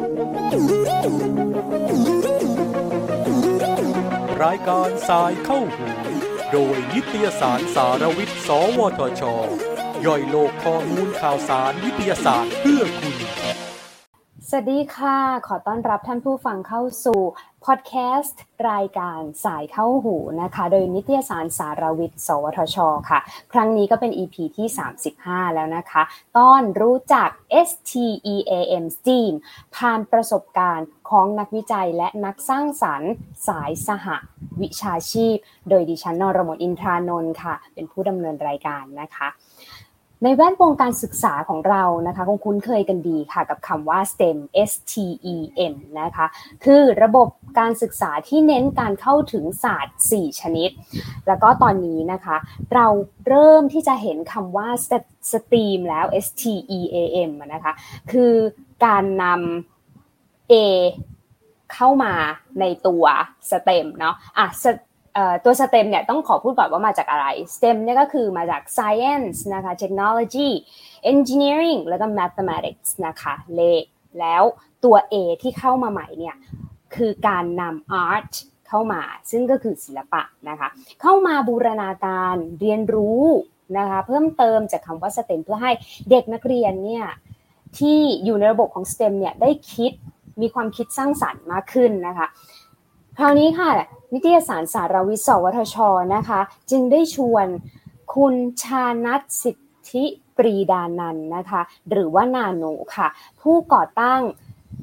รายการสายเข้าหูโดยนิตยสารสารวิทย์ สวทช.ย่อยโลกข้อมูลข่าวสารวิทยาศาสตร์เพื่อคุณสวัสดีค่ะขอต้อนรับท่านผู้ฟังเข้าสู่พอดแคสต์รายการสายเข้าหูนะคะโดยนิตยสารสารวิทย์ สวทช.ค่ะครั้งนี้ก็เป็น EP ที่35แล้วนะคะตอนรู้จัก STEAM STEAM ผ่านประสบการณ์ของนักวิจัยและนักสร้างสรรค์สายสหวิชาชีพโดยดิฉันนรมนอินทรานนท์ค่ะเป็นผู้ดำเนินรายการนะคะในแวดวงการศึกษาของเรานะคะคงคุ้นเคยกันดีค่ะกับคำว่า STEM STEM นะคะคือระบบการศึกษาที่เน้นการเข้าถึงศาสตร์4ชนิดแล้วก็ตอนนี้นะคะเราเริ่มที่จะเห็นคำว่า STEAM แล้ว STEAM นะคะคือการนำ A เข้ามาในตัว STEM เนาะตัว STEM เนี่ยต้องขอพูดก่อนว่ามาจากอะไร STEM เนี่ยก็คือมาจาก Science นะคะ Technology Engineering แล้วก็ Mathematics นะคะเลขแล้วตัว A ที่เข้ามาใหม่เนี่ยคือการนำ Art เข้ามาซึ่งก็คือศิลปะนะคะเข้ามาบูรณาการเรียนรู้นะคะเพิ่มเติมจากคำว่า STEM เพื่อให้เด็กนักเรียนเนี่ยที่อยู่ในระบบของ STEM เนี่ยได้คิดมีความคิดสร้างสรรค์มากขึ้นนะคะคราวนี้ค่ะนิตยสารสารวิทย์ สวทช.นะคะจึงได้ชวนคุณชานัทสิทธิปรีดานันท์นะคะหรือว่านาโนค่ะผู้ก่อตั้ง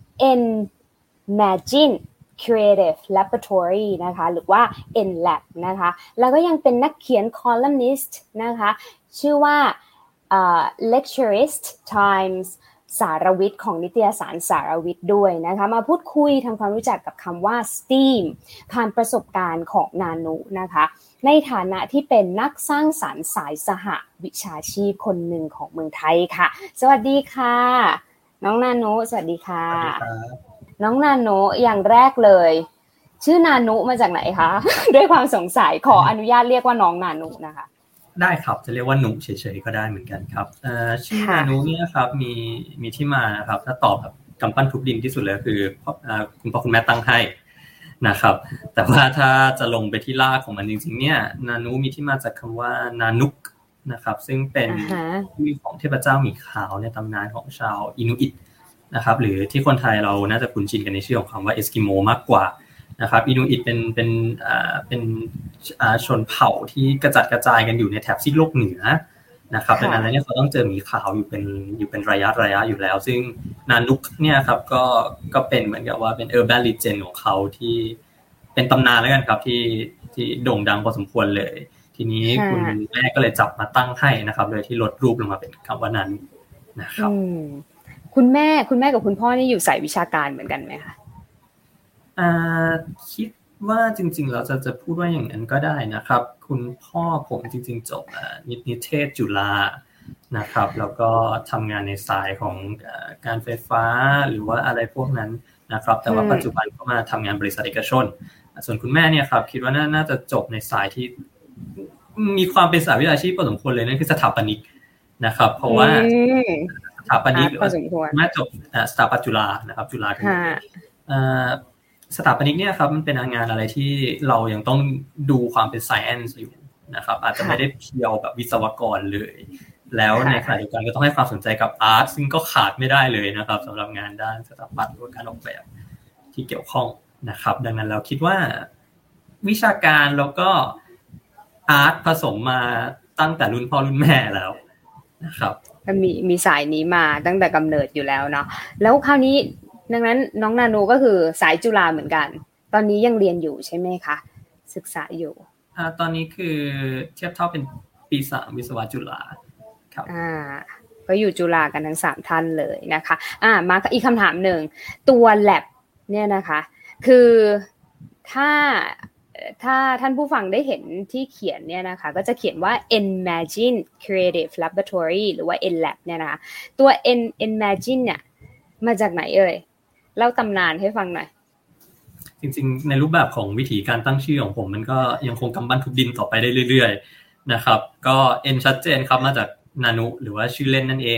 Enmagine Creative Laboratory นะคะหรือว่า Enlab นะคะแล้วก็ยังเป็นนักเขียนคอลัมนิสต์นะคะชื่อว่าLecturist Times สารวิทย์ของนิตยสารสารวิทย์ด้วยนะคะมาพูดคุยทำความรู้จักกับคำว่า STEAM ผ่านประสบการณ์ของนานุนะคะในฐานะที่เป็นนักสร้างสรรค์สายสหวิชาชีพคนหนึ่งของเมืองไทยค่ะสวัสดีค่ะน้องนานุสวัสดีค่ะน้องนานุอย่างแรกเลยชื่อนานุมาจากไหนคะ ด้วยความสงสัยขออนุญาตเรียกว่าน้องนานุนะคะได้ครับจะเรียกว่าหนูเฉยๆก็ได้เหมือนกันครับชื่อนานุเนี่ยครับมีที่มาครับถ้าตอบแบบกำปั้นทุบดินที่สุดเลยคือคุณพ่อคุณแม่ตั้งให้นะครับแต่ว่าถ้าจะลงไปที่รากของมันจริงๆเนี่ยนานุมีที่มาจากคำว่านานุกนะครับซึ่งเป็นชื่อของเทพเจ้าหมีขาวในตำนานของชาวอินูอิตนะครับหรือที่คนไทยเราน่าจะคุ้นชินกันในชื่อของคำว่าเอสกิโมมากกว่านะครับอินูอิตเป็นชนเผ่าที่กระจัดกระจายกันอยู่ในแถบซีกโลกเหนือนะครับดังนั้นเนี่ยเขาต้องเจอหมีขาวอยู่เป็นระยะอยู่แล้วซึ่งนานุกเนี่ยครับก็เป็นเหมือนกับว่าเป็น urban legend ของเขาที่เป็นตำนานแล้วกันครับที่โด่งดังพอสมควรเลยทีนี้คุณแม่ก็เลยจับมาตั้งให้นะครับโดยที่ลดรูปลงมาเป็นคำว่านานุนะครับคุณแม่กับคุณพ่อนี่อยู่สายวิชาการเหมือนกันไหมคะคิดว่าจริงๆเราจะพูดว่าอย่างนั้นก็ได้นะครับคุณพ่อผมจริงๆจบนิเทศจุฬานะครับแล้วก็ทำงานในสายของการไฟฟ้าหรือว่าอะไรพวกนั้นนะครับแต่ว่าปัจจุบันก็มาทำงานบริษัทเอกชนส่วนคุณแม่เนี่ยครับคิดว่าน่าจะจบในสายที่มีความเป็นสายวิชาชีพพอสมควรเลยนั่นคือสถาปนิกนะครับเพราะว่าสถาปนิกแม่จบสถาปัตย์จุฬานะครับจุฬาสถาปนิกเนี่ยครับมันเป็นงานอะไรที่เรายังต้องดูความเป็น science อยู่นะครับอาจจะไม่ได้เพียวแบบวิศวกรเลยแล้วในขณะเดียวกันก็ต้องให้ความสนใจกับ art ซึ่งก็ขาดไม่ได้เลยนะครับสำหรับงานด้านสถาปัตย์หรือการออกแบบที่เกี่ยวข้องนะครับดังนั้นเราคิดว่าวิชาการแล้วก็ art ผสมมาตั้งแต่รุ่นพ่อรุ่นแม่แล้วนะครับมีสายนี้มาตั้งแต่กำเนิดอยู่แล้วเนาะแล้วคราวนี้ดังนั้นน้องนาโนก็คือสายจุฬาเหมือนกันตอนนี้ยังเรียนอยู่ใช่ไหมคะศึกษาอยู่ตอนนี้คือเทียบเท่าเป็นปี3วิศวะจุฬาครับก็อยู่จุฬากันทั้ง3ท่านเลยนะคะมาอีกคำถามหนึ่งตัว lab เนี่ยนะคะคือถ้าท่านผู้ฟังได้เห็นที่เขียนเนี่ยนะคะก็จะเขียนว่า Enmagine Creative Laboratory หรือว่า Enlab เนี่ยนะคะตัว Enmagine เนี่ยมาจากไหนเอ่ยเล่าตำนานให้ฟังหน่อยจริงๆในรูปแบบของวิธีการตั้งชื่อของผมมันก็ยังคงกำบั้นทุบดินต่อไปได้เรื่อยๆนะครับก็ N ชัดเจนครับมาจากนานุหรือว่าชื่อเล่นนั่นเอง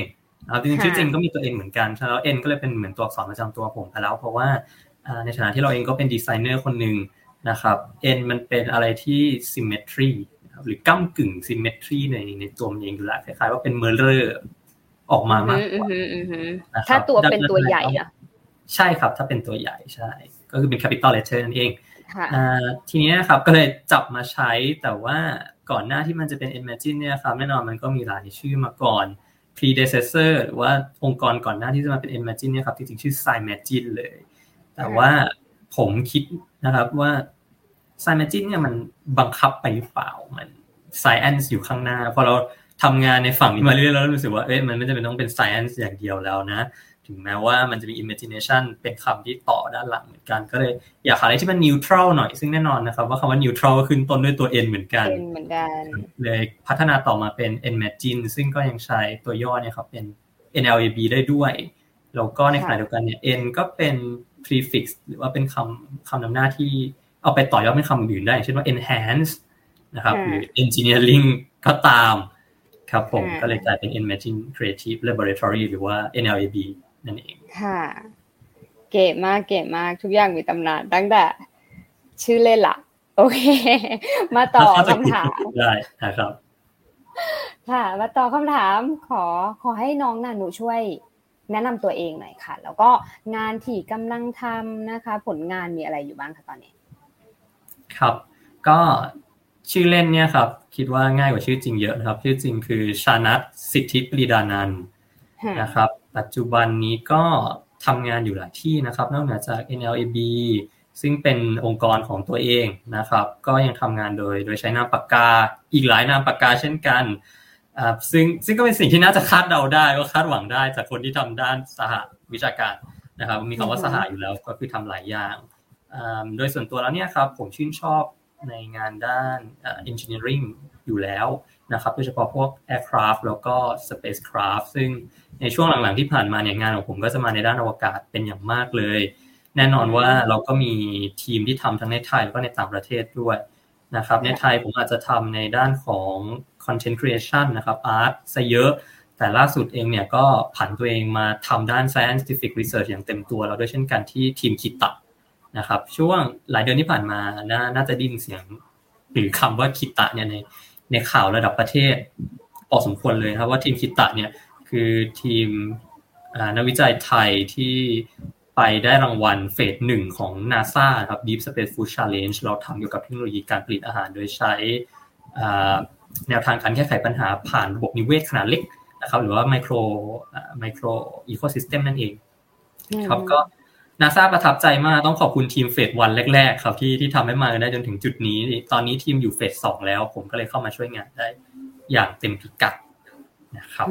จริงๆชื่อจริงก็มีตัว N เหมือนกันแล้ว N ก็เลยเป็นเหมือนตัวอักษรประจำตัวผมไปแล้วเพราะว่าในฐานะที่เราเองก็เป็นดีไซเนอร์คนนึงนะครับ N มันเป็นอะไรที่ symmetry หรือก้ำกึ่ง symmetry ในตัวมันเองอยู่แล้วคล้ายๆว่าเป็น mirror ออกมามากกว่าถ้าตัวเป็นตัวใหญ่อะใช่ครับถ้าเป็นตัวใหญ่ใช่ก็คือเป็น capital letter นั่นเองทีนี้นะครับก็เลยจับมาใช้แต่ว่าก่อนหน้าที่มันจะเป็น Imagine เนี่ยครับแน่นอนมันก็มีหลายชื่อมาก่อน predecessor หรือว่าองค์กรก่อนหน้าที่จะมาเป็น Imagine เนี่ยครับจริงๆชื่อ Cymagine เลยแต่ว่าผมคิดนะครับว่า Cymagine เนี่ยมันบังคับไปหรือเปล่ามัน science อยู่ข้างหน้าพอเราทำงานในฝั่งนี้มาเรื่อยๆแล้วรู้สึกว่ามันไม่จำเป็นต้องเป็น science อย่างเดียวแล้วนะถึงแม้ว่ามันจะมี imagination เป็นคำที่ต่อด้านหลังเหมือนกันก็เลยอยากหาอะไรที่มัน neutral หน่อยซึ่งแน่นอนนะครับว่าคำว่า neutral ขึ้นต้นด้วยตัว n เหมือนกันเลยพัฒนาต่อมาเป็น Imagine ซึ่งก็ยังใช้ตัวย่อเนี่ยครับเป็น NLAB ได้ด้วยแล้วก็ในขณะเดียวกันเนี่ย n ก็เป็น prefix หรือว่าเป็นคำนำหน้าที่เอาไปต่อยอดเป็นคำอื่นได้เช่นว่า enhance นะครับหรือ engineering ก็ตามครับผมก็เลยกลายเป็น Imagine Creative Laboratory หรือว่า NLAB นั่นเองค่ะเก๋มากทุกอย่างมีตำนานตั้งแต่ชื่อเล่นละโอเคมาต่อคำถามได้นะครับค่ะมาต่อคำถามขอให้น้องนานุช่วยแนะนำตัวเองหน่อยค่ะแล้วก็งานที่กำลังทำนะคะผลงานมีอะไรอยู่บ้างคะตอนนี้ครับก็ชื่อเล่นเนี่ยครับคิดว่าง่ายกว่าชื่อจริงเยอะนะครับชื่อจริงคือชานัทสิทธิปรีดานันท์นะครับปัจจุบันนี้ก็ทำงานอยู่หลายที่นะครับนอกเหนือจาก NLAB ซึ่งเป็นองค์กรของตัวเองนะครับก็ยังทำงานโดยใช้นามปากกาอีกหลายนามปากกาเช่นกันซึ่งก็เป็นสิ่งที่น่าจะคาดเดาได้ก็คาดหวังได้จากคนที่ทำด้านสหวิชาการนะครับมีคำว่าสหอยู่แล้วก็คือทำหลายอย่างโดยส่วนตัวแล้วเนี่ยครับผมชื่นชอบในงานด้าน engineering อยู่แล้วนะครับโดยเฉพาะพวก aircraft แล้วก็ spacecraft ซึ่งในช่วงหลังๆที่ผ่านมาเนี่ยงานของผมก็จะมาในด้านอวกาศเป็นอย่างมากเลยแน่นอนว่าเราก็มีทีมที่ทำทั้งในไทยแล้วก็ในต่างประเทศด้วยนะครับในไทยผมอาจจะทำในด้านของ content creation นะครับ art ซะเยอะแต่ล่าสุดเองเนี่ยก็ผันตัวเองมาทำด้าน scientific research อย่างเต็มตัวแล้วด้วยเช่นกันที่ทีมคิตะนะครับช่วงหลายเดือนที่ผ่านมาน่าจะได้ยินเสียงหรือคำว่าคิตะเนี่ยในข่าวระดับประเทศพอสมควรเลยครับว่าทีมคิตะเนี่ยคือทีมนักวิจัยไทยที่ไปได้รางวัลเฟส1ของ NASA ครับ Deep Space Food Challenge เราทำเกี่ยวกับเทคโนโลยีการผลิตอาหารโดยใช้แนวทางการแก้ไขปัญหาผ่านระบบนิเวศขนาดเล็กนะครับหรือว่าไมโครอีโคซิสเต็มนั่นเองครับก็NASA ประทับใจมากต้องขอบคุณทีมเฟส1แรกๆครับที่ทำให้มาได้จนถึงจุดนี้ตอนนี้ทีมอยู่เฟส2แล้วผมก็เลยเข้ามาช่วยงานได้อย่างเต็มพิกัดนะครับ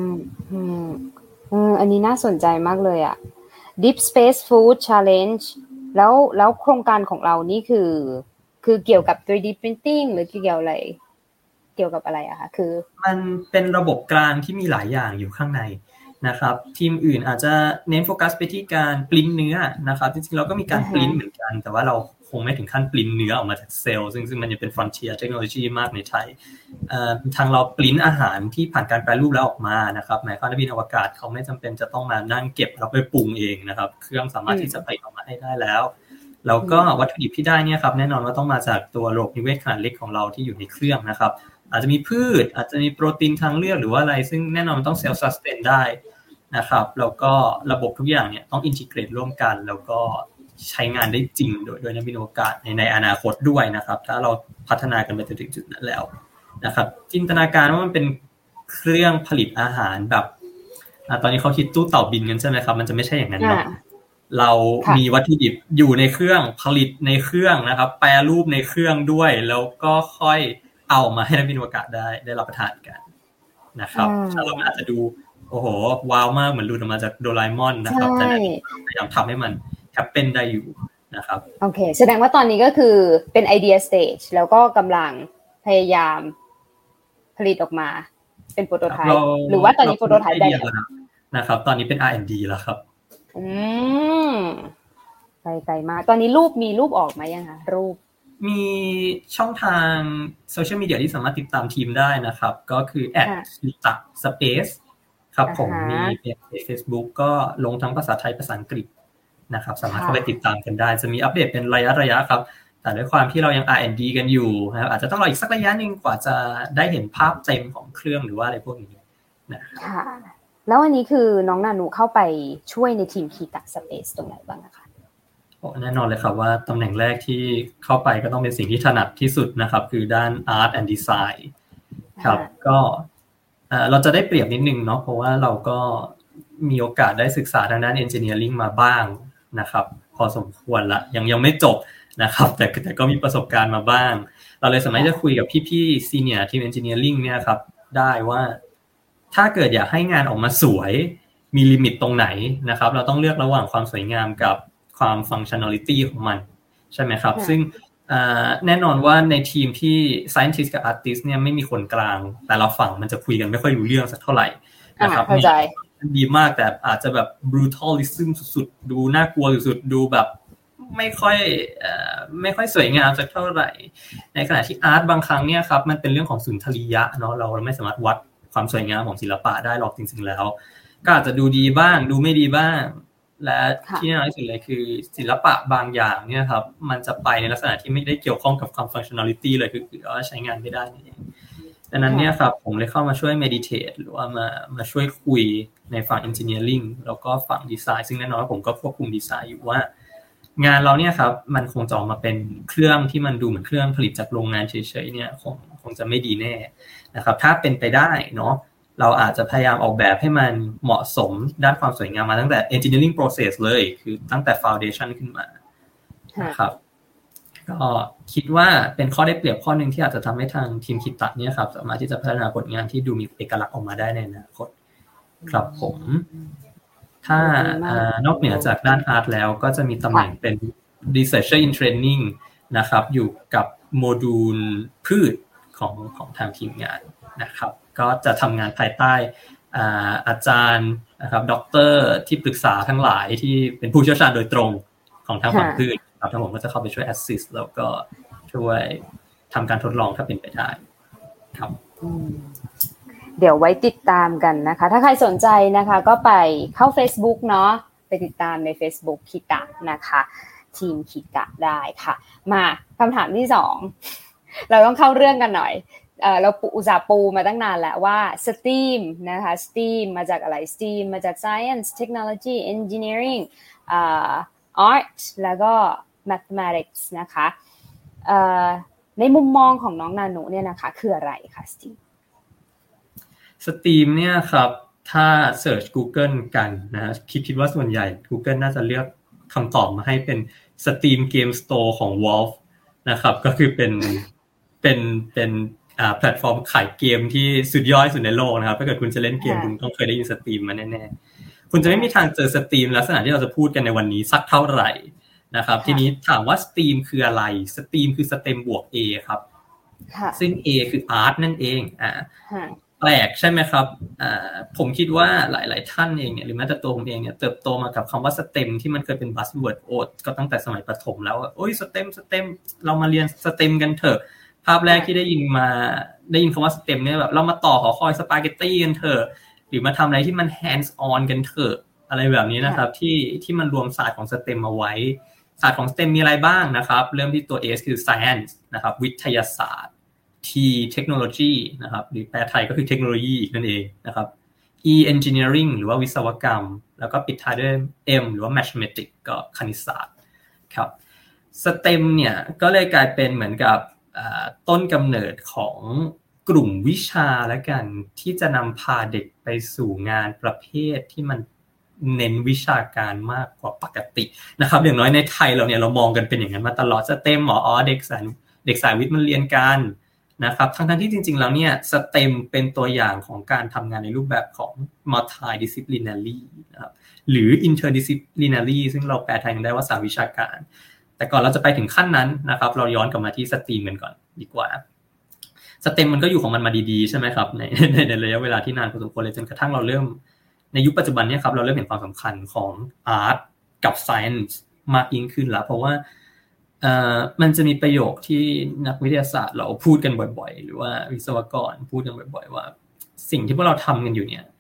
อันนี้น่าสนใจมากเลยอ่ะ Deep Space Food Challenge แล้วโครงการของเรานี่คือเกี่ยวกับ 3D printing หรือเกี่ยวกับอะไรอะคะคือมันเป็นระบบกลางที่มีหลายอย่างอยู่ข้างในนะครับทีมอื่นอาจจะเน้นโฟกัสไปที่การปริ้นเนื้อนะครับจริงๆเราก็มีการปริ้นเหมือนกันแต่ว่าเราคงไม่ถึงขั้นปริ้นเนื้อออกมาจากเซลล์ซึ่งมันยังเป็น frontier technology มากในไทยทางเราปริ้นอาหารที่ผ่านการแปรรูปแล้วออกมานะครับหมายความว่านักบินอวกาศเขาไม่จำเป็นจะต้องมานั่งเก็บแล้วไปปรุงเองนะครับเครื่องสามารถที่จะผลิตออกมาให้ได้แล้วก็วัตถุดิบที่ได้เนี่ยครับแน่นอนว่าต้องมาจากตัวระบบนิเวศขนาดเล็กของเราที่อยู่ในเครื่องนะครับอาจจะมีพืชอาจจะมีโปรตีนทางเลือกหรือว่าอะไรซึ่งแน่นอนมันต้อง self sustain ได้นะครับแล้วก็ระบบทุกอย่างเนี่ยต้องอินทิเกรตร่วมกันแล้วก็ใช้งานได้จริงโดยนักบินอวกาศในอนาคตด้วยนะครับถ้าเราพัฒนากันไปถึงจุดนั้นแล้วนะครับจินตนาการว่ามันเป็นเครื่องผลิตอาหารแบบตอนนี้เขาคิดตู้เต่าบินกันใช่ไหมครับมันจะไม่ใช่อย่างนั้นเนาะเรามีวัตถุดิบอยู่ในเครื่องผลิตในเครื่องนะครับแปรรูปในเครื่องด้วยแล้วก็ค่อยเอามาให้นักบินอวกาศได้รับประทานกันนะครับถ้าเราอาจจะดูโอ้โหว้าวมากเหมือนหลุดออกมาจากโดราเอมอนนะครับแต่พยายามทำให้มันแฮปเป็นได้อยู่นะครับโอเคแสดงว่าตอนนี้ก็คือเป็นไอเดียสเตจแล้วก็กำลังพยายามผลิตออกมาเป็นโปรโตไทป์หรือว่าตอนนี้โปรโตไทป์ได้แล้วนะครับตอนนี้เป็น R&D แล้วครับไกลมากตอนนี้มีรูปออกมายังคะรูปมีช่องทางโซเชียลมีเดียที่สามารถติดตามทีมได้นะครับก็คือ @kittaspace ครับผมมีเพจ Facebook ก็ลงทั้งภาษาไทยภาษาอังกฤษนะครับสามารถเข้าไปติดตามกันได้จะมีอัปเดตเป็นระยะครับแต่ด้วยความที่เรายัง R&D กันอยู่นะครับอาจจะต้องรออีกสักระยะนึงกว่าจะได้เห็นภาพเต็มของเครื่องหรือว่าอะไรพวกนี้ค่ะแล้วอันนี้คือน้องนานุเข้าไปช่วยในทีมคีตะสเปซตรงไหนบ้างนะคะแน่นอนเลยครับว่าตำแหน่งแรกที่เข้าไปก็ต้องเป็นสิ่งที่ถนัดที่สุดนะครับคือด้าน Art and Design ครับก็เราจะได้เปรียบนิดนึงเนาะเพราะว่าเราก็มีโอกาสได้ศึกษาทางด้าน Engineering มาบ้างนะครับพอสมควรละยังไม่จบนะครับแต่ก็มีประสบการณ์มาบ้างเราเลยสามารถจะคุยกับพี่ๆ Senior Team Engineering เนี่ยครับได้ว่าถ้าเกิดอยากให้งานออกมาสวยมีลิมิตตรงไหนนะครับเราต้องเลือกระหว่างความสวยงามกับความ functionality ของมันใช่ไหมครับซึ่งแน่นอนว่าในทีมที่ scientist กับ artist เนี่ยไม่มีคนกลางแต่ละฝั่งมันจะคุยกันไม่ค่อยรู้เรื่องสักเท่าไหร่นะครับดีมากแต่อาจจะแบบ brutalism สุดๆดูน่ากลัวสุดๆดูแบบไม่ค่อยสวยงามสักเท่าไหร่ในขณะที่อาร์ตบางครั้งเนี่ยครับมันเป็นเรื่องของสุนทรียะเนาะเราไม่สามารถวัดความสวยงามของศิลปะได้หรอกจริงๆแล้วก็อาจจะดูดีบ้างดูไม่ดีบ้างและที่น่าสนใจเลยคือศิลปะบางอย่างเนี่ยครับมันจะไปในลักษณะที่ไม่ได้เกี่ยวข้องกับความ functionality เลยคือว่าใช้งานไม่ได้นั่นเองดังนั้นเนี่ยครับผมเลยเข้ามาช่วย meditate หรือว่ามาช่วยคุยในฝั่ง engineering แล้วก็ฝั่ง design ซึ่งแน่นอนว่าผมก็ควบคุมดีไซน์อยู่ว่างานเราเนี่ยครับมันคงจะออกมาเป็นเครื่องที่มันดูเหมือนเครื่องผลิตจากโรงงานเฉยๆเนี่ยคงจะไม่ดีแน่นะครับถ้าเป็นไปได้เนาะเราอาจจะพยายามออกแบบให้มันเหมาะสมด้านความสวยงามมาตั้งแต่ engineering process เลยคือตั้งแต่ foundation ขึ้นมานะครับก็คิดว่าเป็นข้อได้เปรียบข้อนึงที่อาจจะทำให้ทางทีมคิตะเนี่ยครับสามารถที่จะพัฒนาผลงานที่ดูมีเอกลักษณ์ออกมาได้ในอนาคตครับผมถ้านอกเหนือจากด้านอาร์ตแล้วก็จะมีตำแหน่งเป็น researcher in training นะครับอยู่กับโมดูลพืชของทางทีมงานนะครับก็จะทำงานภายใต้อาจารย์นะครับด็อกเตอร์ที่ปรึกษาทั้งหลายที่เป็นผู้เชี่ยวชาญโดยตรงของทางฝั่งพืชครับทั้งผมก็จะเข้าไปช่วย assist แล้วก็ช่วยทำการทดลองถ้าเป็นไปได้ครับเดี๋ยวไว้ติดตามกันนะคะถ้าใครสนใจนะคะก็ไปเข้า Facebook เนาะไปติดตามใน Facebook คิตะนะคะทีมคิตะได้ค่ะมาคำถามที่2เราต้องเข้าเรื่องกันหน่อยเราอุตส่าห์ปูมาตั้งนานแล้วว่า STEAM นะคะ STEAM มาจากอะไร STEAM มาจาก Science Technology Engineering Art แล้วก็ Mathematics นะคะในมุมมองของน้องนานุเนี่ยนะคะคืออะไรคะ STEAM เนี่ยครับถ้า search Google กันนะคิดว่าส่วนใหญ่ Google น่าจะเลือกคำตอบมาให้เป็น Steam Game Store ของ Valve นะครับก็คือเป็นแพลตฟอร์มขายเกมที่สุดยอดสุดในโลกนะครับถ้าเกิดคุณจะเล่นเกมคุณต้องเคยได้ยิน Steam มาแน่ๆคุณจะไม่มีทางเจอ Steam ลักษณะที่เราจะพูดกันในวันนี้สักเท่าไหร่นะครับทีนี้ถามว่า Steam คืออะไร Steam คือ STEM บวก A ครับซึ่ง A คือ Art นั่นเองแปลกใช่ไหมครับผมคิดว่าหลายๆท่านเองเนี่ยหรือแม้แต่ตัวผมเองเนี่ยเติบโตมากับคำว่า STEM ที่มันเคยเป็น buzzword ก็ตั้งแต่สมัยประถมแล้วโอ้ย STEM เรามาเรียน STEM กันเถอะภาพแรกที่ได้ยินคำว่า STEM เนี่ยแบบเรามาต่อหอคอยสปาเกตตี้กันเถอะหรือมาทำอะไรที่มัน hands on กันเถอะอะไรแบบนี้นะครับที่มันรวมศาสตร์ของ STEM มาไว้ศาสตร์ของ STEM มีอะไรบ้างนะครับเริ่มที่ตัว S คือ science นะครับวิทยาศาสตร์ T technology นะครับหรือแปลไทยก็คือเทคโนโลยีนั่นเองนะครับ E engineering หรือว่าวิศวกรรมแล้วก็ปิดท้ายด้วย M หรือว่า mathematics ก็คณิตศาสตร์ครับ STEM เนี่ยก็เลยกลายเป็นเหมือนกับต้นกำเนิดของกลุ่มวิชาและกันที่จะนำพาเด็กไปสู่งานประเภทที่มันเน้นวิชาการมากกว่าปกตินะครับอย่างน้อยในไทยเราเนี่ยเรามองกันเป็นอย่างนั้นมาตลอด STEM เด็กสายวิทย์มันเรียนกันนะครับทั้งที่จริงๆแล้วเนี่ย STEM เป็นตัวอย่างของการทำงานในรูปแบบของ multidisciplinary นะครับหรือ interdisciplinary ซึ่งเราแปลไทยกันได้ว่าสามวิชาการแต่ก่อนเราจะไปถึงขั้นนั้นนะครับเราย้อนกลับมาที่ STEAM กันก่อนดีกว่า STEM มันก็อยู่ของมันมาดีๆใช่ไหมครับในระยะเวลาที่นานพอสมควรเลยจนกระทั่งเราเริ่มในยุคปัจจุบันเนี่ยครับเราเริ่มเห็นความสำคัญของ Art กับ Science มากยิ่งขึ้นแล้วเพราะว่ามันจะมีประโยคที่นักวิทยาศาสตร์เราพูดกันบ่อยๆหรือว่าวิศวกรพูดกันบ่อยๆว่าสิ่งที่พวกเราทำกันอยู่เนี่ย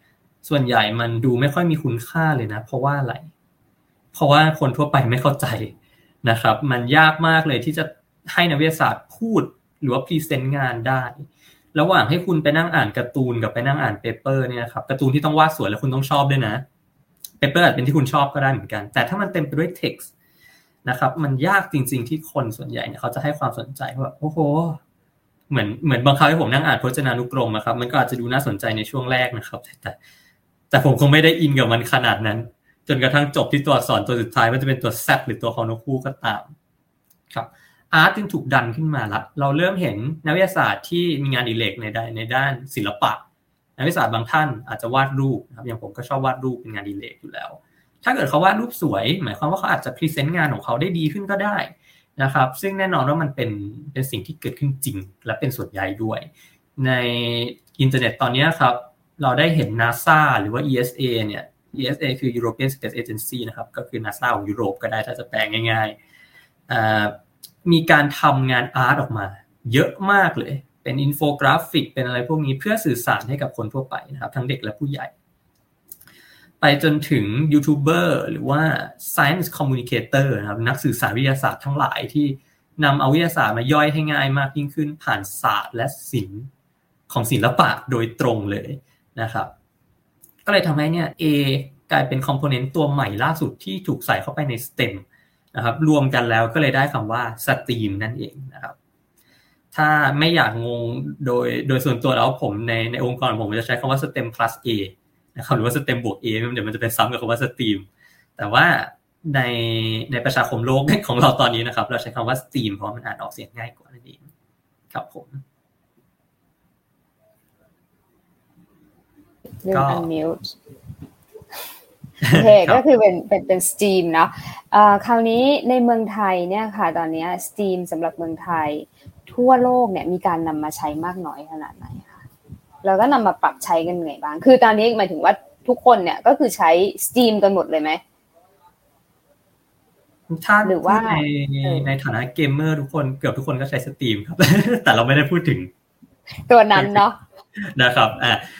ส่วนใหญ่มันดูไม่ค่อยมีคุณค่าเลยนะเพราะว่าอะไรเพราะว่าคนทั่วไปไม่เข้าใจนะครับมันยากมากเลยที่จะให้นักวิทยาศาสตร์พูดหรือว่าพรีเซนต์งานได้ระหว่างให้คุณไปนั่งอ่านการ์ตูนกับไปนั่งอ่านเปเปอร์เนี่ยครับการ์ตูนที่ต้องวาดสวยแล้วคุณต้องชอบด้วยนะเปเปอร์อาจเป็นที่คุณชอบก็ได้เหมือนกันแต่ถ้ามันเต็มไปด้วย text นะครับมันยากจริงๆที่คนส่วนใหญ่เนี่ยเขาจะให้ความสนใจว่าโอ้โหเหมือนบางครั้งที่ผมนั่งอ่านพจนานุกรมนะครับมันก็อาจจะดูน่าสนใจในช่วงแรกนะครับแต่ผมคงไม่ได้อินกับมันขนาดนั้นจนกระทั่งจบที่ตัวอักษรตัวสุดท้ายมันจะเป็นตัว Z หรือตัวฮอนกฮูกก็ตามครับอาร์ตจึงถูกดันขึ้นมาละเราเริ่มเห็นนักวิทยาศาสตร์ที่มีงานอดิเรกในด้านศิลปะนักวิทยาศาสตร์บางท่านอาจจะวาดรูปนะครับอย่างผมก็ชอบวาดรูปเป็นงานอดิเรกอยู่แล้วถ้าเกิดเขาวาดรูปสวยหมายความว่าเขาอาจจะพรีเซนต์งานของเขาได้ดีขึ้นก็ได้นะครับซึ่งแน่นอนว่ามันเป็นสิ่งที่เกิดขึ้นจริงและเป็นส่วนใหญ่ด้วยในอินเทอร์เน็ตตอนนี้ครับเราได้เห็น NASA หรือว่า ESA เนี่ย ESA คือ European Space Agency นะครับก็คือ NASA ของยุโรปก็ได้ถ้าจะแปลง่ายๆมีการทำงานอาร์ตออกมาเยอะมากเลยเป็นอินโฟกราฟิกเป็นอะไรพวกนี้เพื่อสื่อสารให้กับคนทั่วไปนะครับทั้งเด็กและผู้ใหญ่ไปจนถึงยูทูบเบอร์หรือว่า Science Communicator นะครับนักสื่อสารวิทยาศาสตร์ทั้งหลายที่นำเอาวิทยาศาสตร์มาย่อยให้ง่ายมากยิ่งขึ้นผ่านศาสตร์และศิลป์ของศิลปะโดยตรงเลยนะครับก็เลยทำให้เนี่ย A กลายเป็นคอมโพเนนต์ตัวใหม่ล่าสุดที่ถูกใส่เข้าไปใน STEM นะครับรวมกันแล้วก็เลยได้คำว่า STEAM นั่นเองนะครับถ้าไม่อยากงงโดยส่วนตัวแล้วผมในองค์กรผมจะใช้คำว่า STEM plus A นะครับหรือว่า STEM บวก A เดี๋ยวมันจะเป็นซ้ำกับคำว่า STEAM แต่ว่าในประชาคมโลกของเราตอนนี้นะครับเราใช้คำว่า STEAM เพราะมันอ่านออกเสียงง่ายกว่านั่นเองครับผมก็ unmute โอเคก็คือเป็น STEAM เนาะคราวนี้ในเมืองไทยเนี่ยค่ะตอนนี้ STEAM สำหรับเมืองไทยทั่วโลกเนี่ยมีการนำมาใช้มากน้อยขนาดไหนคะแล้วก็นำมาปรับใช้กันไงบ้างคือตอนนี้หมายถึงว่าทุกคนเนี่ยก็คือใช้ STEAM กันหมดเลยไหมถ้าหรือว่าในฐานะเกมเมอร์ทุกคนเกือบทุกคนก็ใช้ Steam ครับ แต่เราไม่ได้พูดถึงตัวนั้นเนาะนะครับ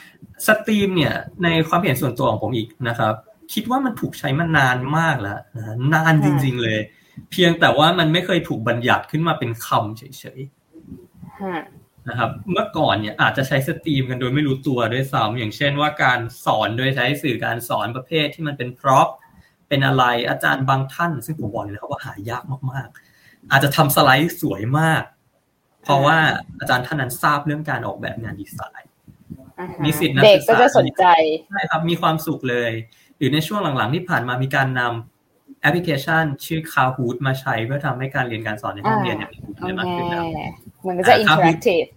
Steam เนี่ยในความเห็นส่วนตัวของผมอีกนะครับคิดว่ามันถูกใช้มานานมากแล้วนานจริงๆเลยเพียงแต่ว่ามันไม่เคยถูกบัญญัติขึ้นมาเป็นคำเฉยๆนะครับเมื่อก่อนเนี่ยอาจจะใช้ Steam กันโดยไม่รู้ตัวด้วยซ้ำอย่างเช่นว่าการสอนโดยใช้สื่อการสอนประเภทที่มันเป็น propเป็นอะไรอาจารย์บางท่านซึ่งผมบอกเลยนะครับว่าหายากมากๆอาจจะทำสไลด์สวยมากเพราะว่าอาจารย์ท่านนั้นทราบเรื่องการออกแบบงานดีไซน์มีสิทธิ์นักศึกษาเด็กก็จะสนใจใช่ครับมีความสุขเลยหรือในช่วงหลังๆที่ผ่านมามีการนำแอปพลิเคชันชื่อ Kahoot มาใช้เพื่อทำให้การเรียนการสอนในห้องเรียนเนี่ยมีมากขึ้นนะมันก็จะ interactive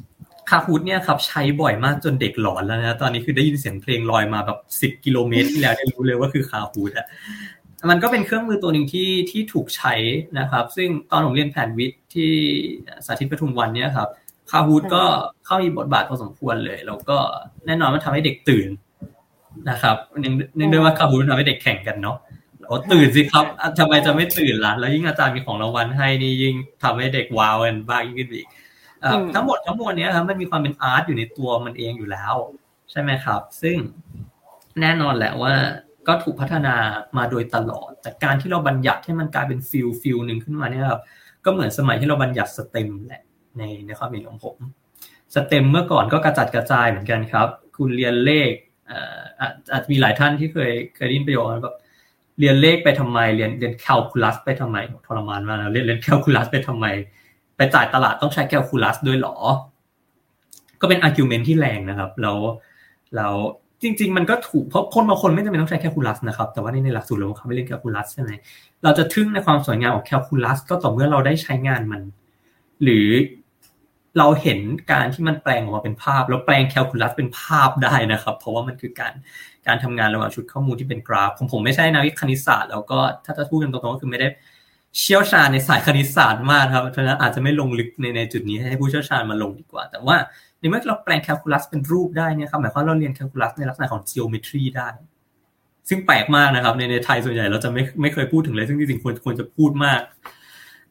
Kahoot เนี่ยครับใช้บ่อยมากจนเด็กหลอนแล้วนะตอนนี้คือได้ยินเสียงเพลงลอยมาแบบ10กิโลเมตรที่แล้วรู้เลยว่าคือ Kahoot อ่ะมันก็เป็นเครื่องมือตัวนึงที่ถูกใช้นะครับซึ่งตอนผมเรียนแผนวิทย์ที่สาธิตปทุมวันเนี่ยครับKahoot ก็เข้ามีบทบาทพอสมควรเลยแล้วก็แน่นอนมันทำให้เด็กตื่นนะครับเนื่องด้วยว่าKahootทำให้เด็กแข่งกันเนาะแล้วตื่นสิครับทำไมจะไม่ตื่นล่ะแล้วยิ่งอาจารย์มีของรางวัลให้นี่ยิ่งทำให้เด็กว้าวกันบ้างยิ่งขึ้นอีกทั้งหมดทั้งมวลนี้ครับมันมีความเป็นอาร์ตอยู่ในตัวมันเองอยู่แล้วใช่ไหมครับซึ่งแน่นอนแหละว่าก็ถูกพัฒนามาโดยตลอดแต่การที่เราบัญญัติให้มันกลายเป็นฟิลนึงขึ้นมาเนี่ยครับก็เหมือนสมัยที่เราบัญญัติสเต็มแหละในความเห็นของผมสเต็มเมื่อก่อนก็กระจัดกระจายเหมือนกันครับคุณเรียนเลขอาจมีหลายท่านที่เคยได้ยินประโยคแบบเรียนเลขไปทำไมเรียนแคลคูลัสไปทำไมทรมานมากนะเรียนแคลคูลัสไปทำไมไปจ่ายตลาดต้องใช้แคลคูลัสด้วยหรอก็เป็นอาร์กิวเมนต์ที่แรงนะครับแล้วจริงๆมันก็ถูกเพราะคนบางคนไม่จำเป็นต้องใช้แคลคูลัสนะครับแต่ว่าในหลักสูตรเราเขาไม่เรียนแคลคูลัสใช่ไหมเราจะทึ่งในความสวยงามของแคลคูลัสก็ต่อเมื่อเราได้ใช้งานมันหรือเราเห็นการที่มันแปลงออกมาเป็นภาพแล้วแปลงแคลคูลัสเป็นภาพได้นะครับเพราะว่ามันคือการทำงานระหว่างชุดข้อมูลที่เป็นกราฟผมไม่ใช่นักคณิตศาสตร์แล้วก็ถ้าจะพูดกันตรงๆก็คือไม่ได้เชี่ยวชาญในสายคณิตศาสตร์มากครับเพราะฉะนั้นอาจจะไม่ลงลึกในจุดนี้ให้ผู้เชี่ยวชาญมาลงดีกว่าแต่ว่าในเมื่อเราแปลงแคลคูลัสเป็นรูปได้เนี่ยครับหมายความว่าเราเรียนแคลคูลัสในลักษณะของ geometry ได้ซึ่งแปลกมากนะครับในไทยส่วนใหญ่เราจะไม่เคยพูดถึงเลยซึ่งจริงๆควรจะพูดมาก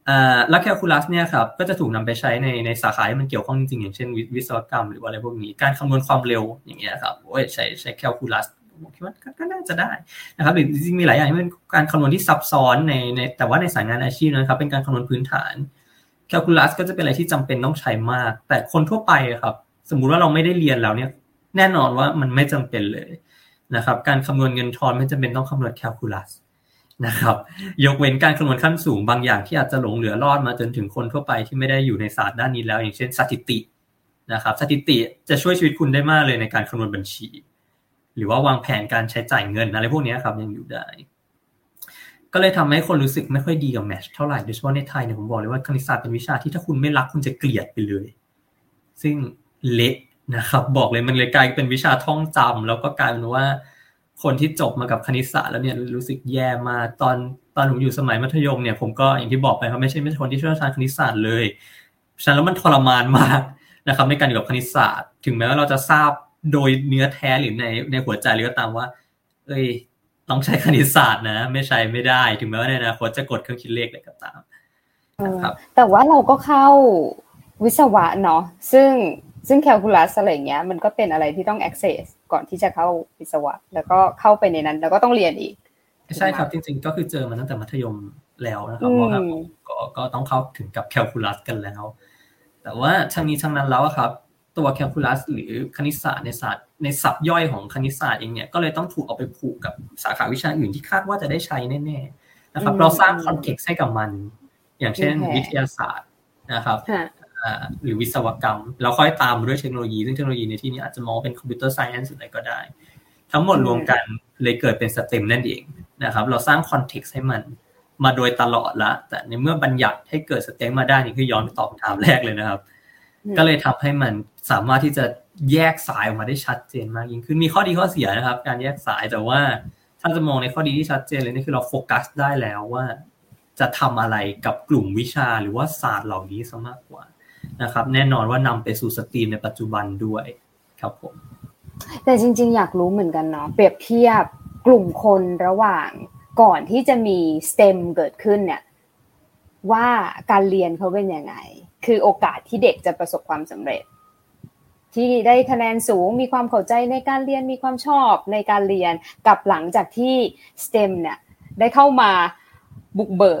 แล้วแคลคูลัสเนี่ยครับก็จะถูกนำไปใช้ในสาขาที่มันเกี่ยวข้องจริงๆอย่างเช่นวิศวกรรมหรือว่าอะไรพวกนี้การคำนวณความเร็วอย่างเงี้ยครับใช้แคลคูลัสผมคิดว่าก็น่าจะได้นะครับหรือจริงๆมีหลายอย่างที่เป็นการคำนวณที่ซับซ้อนในแต่ว่าในสายงานอาชีพนะครับเป็นการคำนวณพื้นฐานแคลคูลัสก็จะเป็นอะไรที่จำเป็นต้องใช้มากแต่คนทั่วไปครับสมมุติว่าเราไม่ได้เรียนแล้วเนี่ยแน่นอนว่ามันไม่จำเป็นเลยนะครับการคำนวณเงินทอนไม่จำเป็นต้องคำนวณแคลคูลัสนะครับยกเว้นการคำนวณขั้นสูงบางอย่างที่อาจจะหลงเหลือรอดมาจนถึงคนทั่วไปที่ไม่ได้อยู่ในศาสตร์ด้านนี้แล้วอย่างเช่นสถิตินะครับสถิติจะช่วยชีวิตคุณได้มากเลยในการคำนวณบัญชีหรือว่าวางแผนการใช้จ่ายเงินอะไรพวกนี้ครับยังอยู่ได้ก็เลยทำให้คนรู้สึกไม่ค่อยดีกับแมทช์เท่าไหร่โดยเฉพาะในไทยเนี่ยผมบอกเลยว่าคณิตศาสตร์เป็นวิชาที่ถ้าคุณไม่รักคุณจะเกลียดไปเลยซึ่งเละนะครับบอกเลยมันเลยกลายเป็นวิชาท่องจำแล้วก็กลายเป็นว่าคนที่จบมากับคณิตศาสตร์แล้วเนี่ยรู้สึกแย่มากตอนผมอยู่สมัยมัธยมเนี่ยผมก็อย่างที่บอกไปครับไม่ใช่คนที่เชี่ยวชาญคณิตศาสตร์เลยฉะนั้นแล้วมันทรมานมากนะครับในการอยู่กับคณิตศาสตร์ถึงแม้ว่าเราจะทราบโดยเนื้อแท้หรือในหัวใจหรือก็ตามว่าต้องใช้คณิตศาสตร์นะไม่ใช้ไม่ได้ถึงแม้ว่าในอนาคตจะกดเครื่องคิดเลขอะไรก็ตามนะครับแต่ว่าเราก็เข้าวิศวะเนาะซึ่งแคลคูลัสอะไรอย่างเงี้ยมันก็เป็นอะไรที่ต้อง access ก่อนที่จะเข้าวิศวะแล้วก็เข้าไปในนั้นแล้วก็ต้องเรียนอีกใช่ครับจริงๆก็คือเจอมาตั้งแต่มัธยมแล้วนะครับว่าก็ต้องเข้าถึงกับแคลคูลัสกันแล้วแต่ว่าทั้งนี้ทั้งนั้นแล้วครับตัวแคลคูลัสหรือคณิตศาสตร์ในศัพท์ย่อยของคณิตศาสตร์เองเนี่ยก็เลยต้องถูกเอาไปผูกกับสาขาวิชาอื่นที่คาดว่าจะได้ใช้แน่ๆนะครับเราสร้างคอนเท็กซ์ให้กับมันอย่างเช่นวิทยาศาสตร์นะครับหรือวิศวกรรมแล้วค่อยตามด้วยเทคโนโลยีซึ่งเทคโนโลยีในที่นี้อาจจะมองเป็นคอมพิวเตอร์ไซเอนซ์อะไรก็ได้ทั้งหมดรวมกันเลยเกิดเป็นสเต็มนั่นเองนะครับเราสร้างคอนเท็กซ์ให้มันมาโดยตลอดละแต่ในเมื่อบัญญัติให้เกิดสเต็มมาได้นี่คือย้อนไปตอบคำถามแรกเลยนะครับก็เลยทำให้มันสามารถที่จะแยกสายออกมาได้ชัดเจนมากยิ่งขึ้นมีข้อดีข้อเสียนะครับการแยกสายแต่ว่าถ้าจะมองในข้อดีที่ชัดเจนเลยนี่คือเราโฟกัสได้แล้วว่าจะทำอะไรกับกลุ่มวิชาหรือว่าศาสตร์เหล่านี้ซะมากกว่านะครับแน่นอนว่านำไปสู่สตรีมในปัจจุบันด้วยครับผมแต่จริงๆอยากรู้เหมือนกันเนาะเปรียบเทียบกลุ่มคนระหว่างก่อนที่จะมี STEM เกิดขึ้นเนี่ยว่าการเรียนเขาเป็นยังไงคือโอกาสที่เด็กจะประสบความสำเร็จที่ได้คะแนนสูงมีความเข้าใจในการเรียนมีความชอบในการเรียนกับหลังจากที่ STEM เนี่ยได้เข้ามาบุกเบิก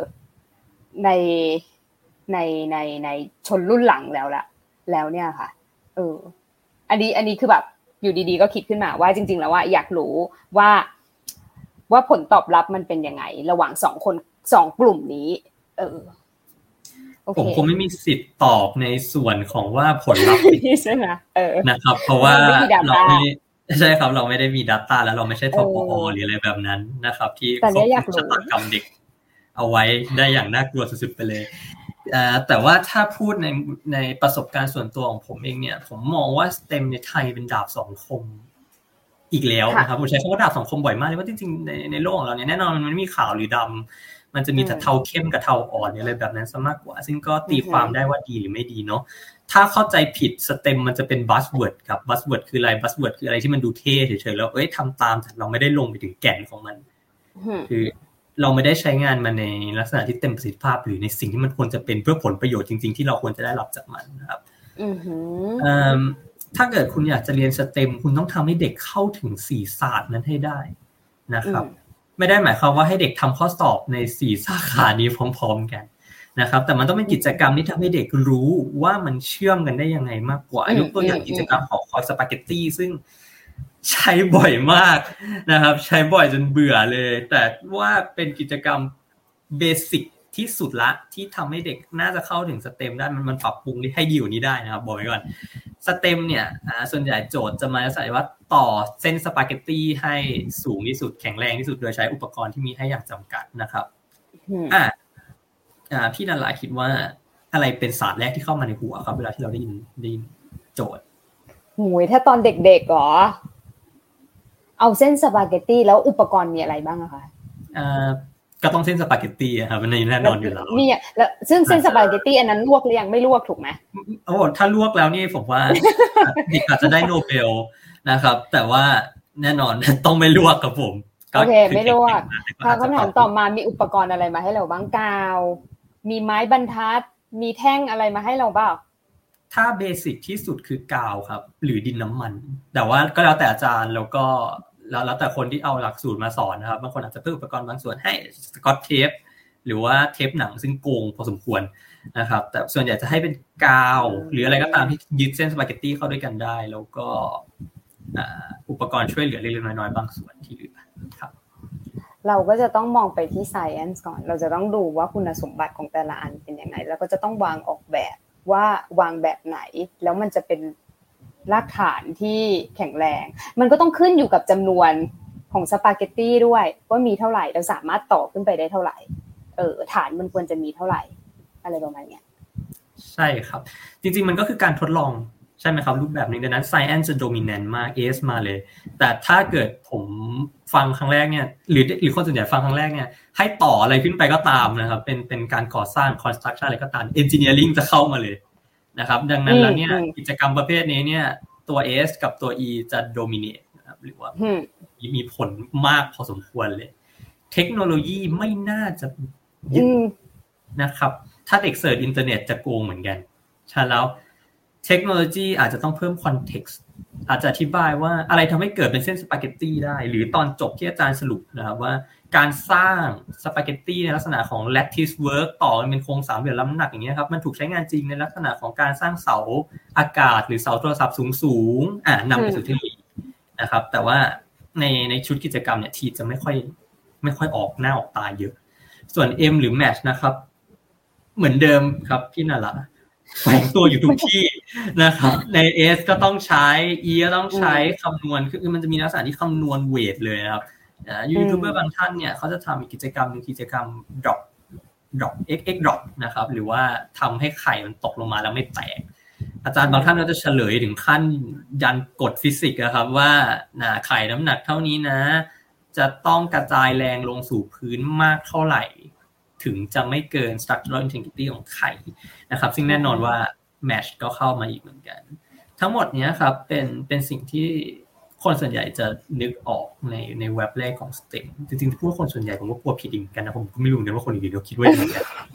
ในชนรุ่นหลังแล้วเนี่ยค่ะอันนี้คือแบบอยู่ดีๆก็คิดขึ้นมาว่าจริงๆแล้วว่าอยากรู้ว่าผลตอบรับมันเป็นยังไงระหว่าง2กลุ่มนี้ผมคงไม่มีสิทธิ์ตอบในส่วนของว่าผลลัพธ์ใช่ไหมนะครับเพราะว่าเราไม่ใช่ครับเราไม่ได้มี data แล้วเราไม่ใช่ทปอ.หรืออะไรแบบนั้นนะครับที่ควบคุมชะตากรรมเด็กเอาไว้ได้อย่างน่ากลัวสุดๆไปเลยแต่ว่าถ้าพูดในประสบการณ์ส่วนตัวของผมเองเนี่ยผมมองว่า STEM ในไทยเป็นดาบสองคมอีกแล้วนะครับผมใช้คำว่าดาบสองคมบ่อยมากเลยว่าจริงๆในโลกของเราเนี่ยแน่นอนมันไม่มีขาวหรือดำมันจะมีแต่เทาเข้มกับเทาอ่อนอะไรแบบนั้นซะมากกว่าซึ่งก็ตีความได้ว่าดีหรือไม่ดีเนาะถ้าเข้าใจผิด STEM มันจะเป็น buzzword ครับ buzzword คืออะไร buzzword คืออะไรที่มันดูเท่เฉยๆแล้วทำตามแต่เราไม่ได้ลงไปถึงแก่นของมันคือเราไม่ได้ใช้งานมันในลักษณะที่เต็มประสิทธิภาพหรือในสิ่งที่มันควรจะเป็นเพื่อผลประโยชน์จริงๆที่เราควรจะได้รับจากมันนะครับถ้าเกิดคุณอยากจะเรียน STEM คุณต้องทำให้เด็กเข้าถึง4ศาสตร์นั้นให้ได้นะครับไม่ได้หมายความว่าให้เด็กทำข้อสอบใน4สาขานี้พร้อมๆกันนะครับแต่มันต้องเป็นกิจกรรมที่ทำให้เด็กรู้ว่ามันเชื่อมกันได้ยังไงมากกว่ายกตัวอย่างกิจกรรมของคอยสปาเกตตี้ซึ่งใช้บ่อยมากนะครับใช้บ่อยจนเบื่อเลยแต่ว่าเป็นกิจกรรมเบสิกที่สุดละที่ทำให้เด็กน่าจะเข้าถึงสเต็มได้มันปรับปรุงให้ดีกว่านี้ได้นะครับบอกไว้ก่อนสเต็มเนี่ยส่วนใหญ่โจทย์จะมาใส่ว่าต่อเส้นสปาเกตตี้ให้สูงที่สุดแข็งแรงที่สุดโดยใช้อุปกรณ์ที่มีให้อย่างจำกัดนะครับพี่นันลาคิดว่าอะไรเป็นศาสตร์แรกที่เข้ามาในหัวครับเวลาที่เราได้ยินโจทย์โหยถ้าตอนเด็กๆหรอเอาเส้นสปาเกตตี้แล้วอุปกรณ์มีอะไรบ้างอะคะก็ต้องเส้นสปาเกตตี้ครับมันแน่นอนอยู่แล้วนี่แล้วซึ่งเส้นสปาเกตตี้อันนั้นลวกหรือยังไม่ลวกถูกไหมถ้าลวกแล้วนี่ผมว่าเด็กอาจจะได้โนเบลนะครับแต่ว่าแน่นอนต้องไม่ลวกกับผมโอเคไม่ลวกคำถามต่อมามีอุปกรณ์อะไรมาให้เราบ้างกาวมีไม้บรรทัดมีแท่งอะไรมาให้เราเปล่าถ้าเบสิกที่สุดคือกาวครับหรือดินน้ำมันแต่ว่าก็แล้วแต่อาจารย์แล้วก็แล้วแต่คนที่เอาหลักสูตรมาสอนนะครับบางคนอาจจะเพิ่มอุปกรณ์บางส่วนให้สกอตเทปหรือว่าเทปหนังซึ่งโกงพอสมควรนะครับแต่ส่วนใหญ่จะให้เป็นกาวหรืออะไรก็ตามที่ยึดเส้นสปาเกตตี้เข้าด้วยกันได้แล้วก็อุปกรณ์ช่วยเหลือเล็กๆน้อยๆบางส่วนที่เหลือครับเราก็จะต้องมองไปที่ science ก่อนเราจะต้องดูว่าคุณสมบัติของแต่ละอันเป็นยังไงแล้วก็จะต้องวางออกแบบว่าวางแบบไหนแล้วมันจะเป็นรากฐานที่แข็งแรงมันก็ต้องขึ้นอยู่กับจำนวนของสปาเกตตี้ด้วยว่ามีเท่าไหร่เราสามารถต่อขึ้นไปได้เท่าไหร่ฐานมันควรจะมีเท่าไหร่อะไรประมาณนี้ใช่ครับจริงๆมันก็คือการทดลองใช่ไหมครับรูปแบบนึงดังนั้น science จะ dominant มาก AS มาเลยแต่ถ้าเกิดผมฟังครั้งแรกเนี่ยหรือคนส่วนใหญ่ฟังครั้งแรกเนี่ยให้ต่ออะไรขึ้นไปก็ตามนะครับเป็นการก่อสร้าง construction อะไรก็ตาม engineering จะเข้ามาเลยนะครับดังนั้นแล้วเนี่ยกิจกรรมประเภทนี้เนี่ยตัว S กับตัว E จะ dominate นะครับหรือว่ามีผลมากพอสมควรเลยเทคโนโลยีไม่น่าจะยึดนะครับถ้าเด็กเสิร์ชอินเทอร์เน็ตจะโกงเหมือนกันใช่แล้วเทคโนโลยีอาจจะต้องเพิ่มคอนเท็กซ์อาจจะอธิบายว่าอะไรทำให้เกิดเป็นเส้นสปาเกตตี้ได้หรือตอนจบที่อาจารย์สรุปนะครับว่าการสร้างสปาเกตตี้ในลักษณะของ lattice work ต่อกันเป็นโครงสามเหลี่ยมล้ำหนักอย่างเงี้ยครับมันถูกใช้งานจริงในลักษณะของการสร้างเสาอากาศหรือเสาโทรศัพท์สูงๆนำไปสู่เทคโนโลยีนะครับแต่ว่าในชุดกิจกรรมเนี่ยทีจะไม่ค่อยออกหน้าออกตาเยอะส่วน M หรือ Match นะครับเหมือนเดิมครับพี่นาระแฝงตัวอยู่ทุกที่นะครับใน S ก็ต้องใช้ E ก็ต้องใช้คำนวณคือมันจะมีลักษณะที่คำนวณเวทเลยนะครับยูทูบเบอร์บางท่านเนี่ยเขาจะทำกิจกรรมdrop x drop นะครับหรือว่าทำให้ไข่มันตกลงมาแล้วไม่แตกอาจารย์บางท่านก็จะเฉลยถึงขั้นยันกฎฟิสิกส์นะครับว่าไข่น้ำหนักเท่านี้นะจะต้องกระจายแรงลงสู่พื้นมากเท่าไหร่ถึงจะไม่เกิน structural integrity ของไข่นะครับซึ่งแน่นอนว่า match ก็เข้ามาอีกเหมือนกันทั้งหมดนี้ครับเป็นสิ่งที่คนส่วนใหญ่จะนึกออกในเว็บแรกของ STEM จริงๆพูดคนส่วนใหญ่ผมก็กลัวผิดเหมือนกันนะผมก็ไม่รู้เหมือนกันว่าคนอื่นเขาคิดว่าอย่างไร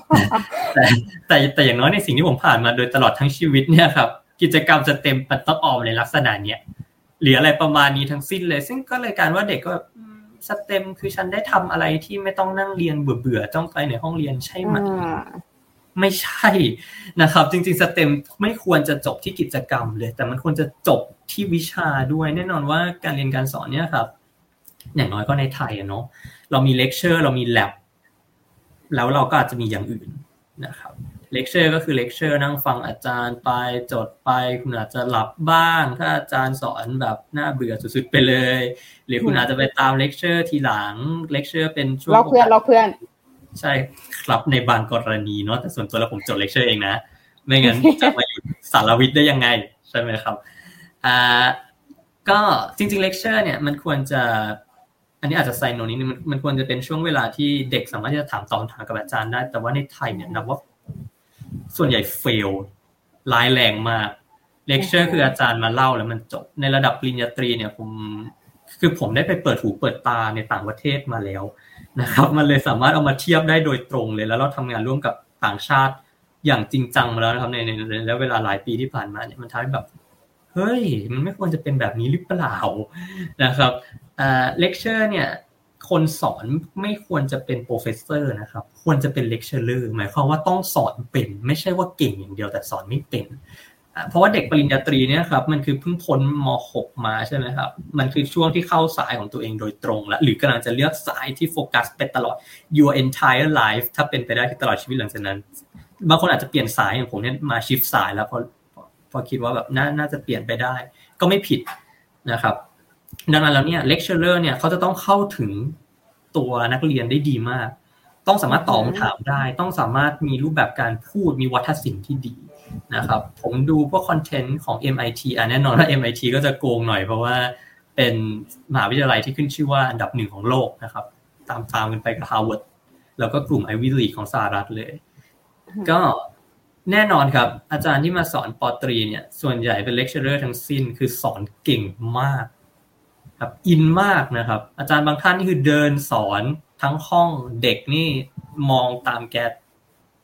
แต่อย่างน้อยในสิ่งที่ผมผ่านมาโดยตลอดทั้งชีวิตเนี่ยครับกิจกรรมจะเต็มมันต้องออกในลักษณะเนี้ยหรืออะไรประมาณนี้ทั้งสิ้นเลยซึ่งก็เลยการว่าเด็กก็สเต็มคือฉันได้ทำอะไรที่ไม่ต้องนั่งเรียนเบื่อๆต้องไปในห้องเรียนใช่ไหมไม่ใช่นะครับจริงๆสเต็มไม่ควรจะจบที่กิจกรรมเลยแต่มันควรจะจบที่วิชาด้วยแน่นอนว่าการเรียนการสอนเนี่ยครับอย่างน้อยก็ในไทยเนาะเรามีเลคเชอร์เรามีแลบแล้วเราก็อาจจะมีอย่างอื่นนะครับเลคเชอร์ก็คือเลคเชอร์นั่งฟังอาจารย์ไปจดไปคุณอาจจะหลับบ้างถ้าอาจารย์สอนแบบน่าเบื่อสุดๆไปเลยหรือคุณอาจจะไปตามเลคเชอร์ทีหลังเลคเชอร์เป็นช่วงเราเพื่อนใช่ครับในบางกรณีเนาะแต่ส่วนตัวแล้วผมจดเลคเชอร์เองนะไม่งั้นจะมาอยู่สารวิทย์ได้ยังไงใช่ไหมครับก็จริงๆเลคเชอร์เนี่ยมันควรจะอันนี้อาจจะไซโนนิดนึงมันควรจะเป็นช่วงเวลาที่เด็กสามารถที่จะถามตอบคำถามกับอาจารย์ได้แต่ว่าในไทยเนี่ยนับว่าส่วนใหญ่เฟลร้ายแรงมากเลคเชอร์คืออาจารย์มาเล่าแล้วมันจบในระดับปริญญาตรีเนี่ยผมได้ไปเปิดหูเปิดตาในต่างประเทศมาแล้วนะครับมันเลยสามารถเอามาเทียบได้โดยตรงเลยแล้วเราทำงานร่วมกับต่างชาติอย่างจริงจังมาแล้วนะครับในแล้วเวลาหลายปีที่ผ่านมาเนี่ยมันทำให้แบบเฮ้ยมันไม่ควรจะเป็นแบบนี้หรือเปล่านะครับเลคเชอร์เนี่ยคนสอนไม่ควรจะเป็นโปรเฟสเซอร์นะครับควรจะเป็นเลคเชอร์หมายความว่าต้องสอนเป็นไม่ใช่ว่าเก่งอย่างเดียวแต่สอนไม่เป็นเพราะว่าเด็กปริญญาตรีเนี่ยครับมันคือเพิ่งพ้นม.6 มาใช่ไหมครับมันคือช่วงที่เข้าสายของตัวเองโดยตรงแล้วหรือกำลังจะเลือกสายที่โฟกัสไปตลอด your entire life ถ้าเป็นไปได้ที่ตลอดชีวิตหลังจากนั้นบางคนอาจจะเปลี่ยนสายอย่างผมเนี่ยมาชิฟสายแล้วพอคิดว่าแบบน่าจะเปลี่ยนไปได้ก็ไม่ผิดนะครับดังนั้นแล้วเนี่ยเลคเชอร์เนี่ยเขาจะต้องเข้าถึงตัวนักเรียนได้ดีมากต้องสามารถตอบคำถามได้ต้องสามารถมีรูปแบบการพูดมีวัฒนศิลป์ที่ดีนะครับผมดูพวกคอนเทนต์ของ MIT แน่นอนว่า MIT ก็จะโกงหน่อยเพราะว่าเป็นมหาวิทยาลัยที่ขึ้นชื่อว่าอันดับ1ของโลกนะครับตามกันไปกับ Harvard แล้วก็กลุ่ม Ivy League ของสหรัฐเลยก็แน่นอนครับอาจารย์ที่มาสอนป.ตรีเนี่ยส่วนใหญ่เป็นเลคเชอร์ทั้งสิ้นคือสอนเก่งมากครับอินมากนะครับอาจารย์บางท่านนี่คือเดินสอนทั้งห้องเด็กนี่มองตามแก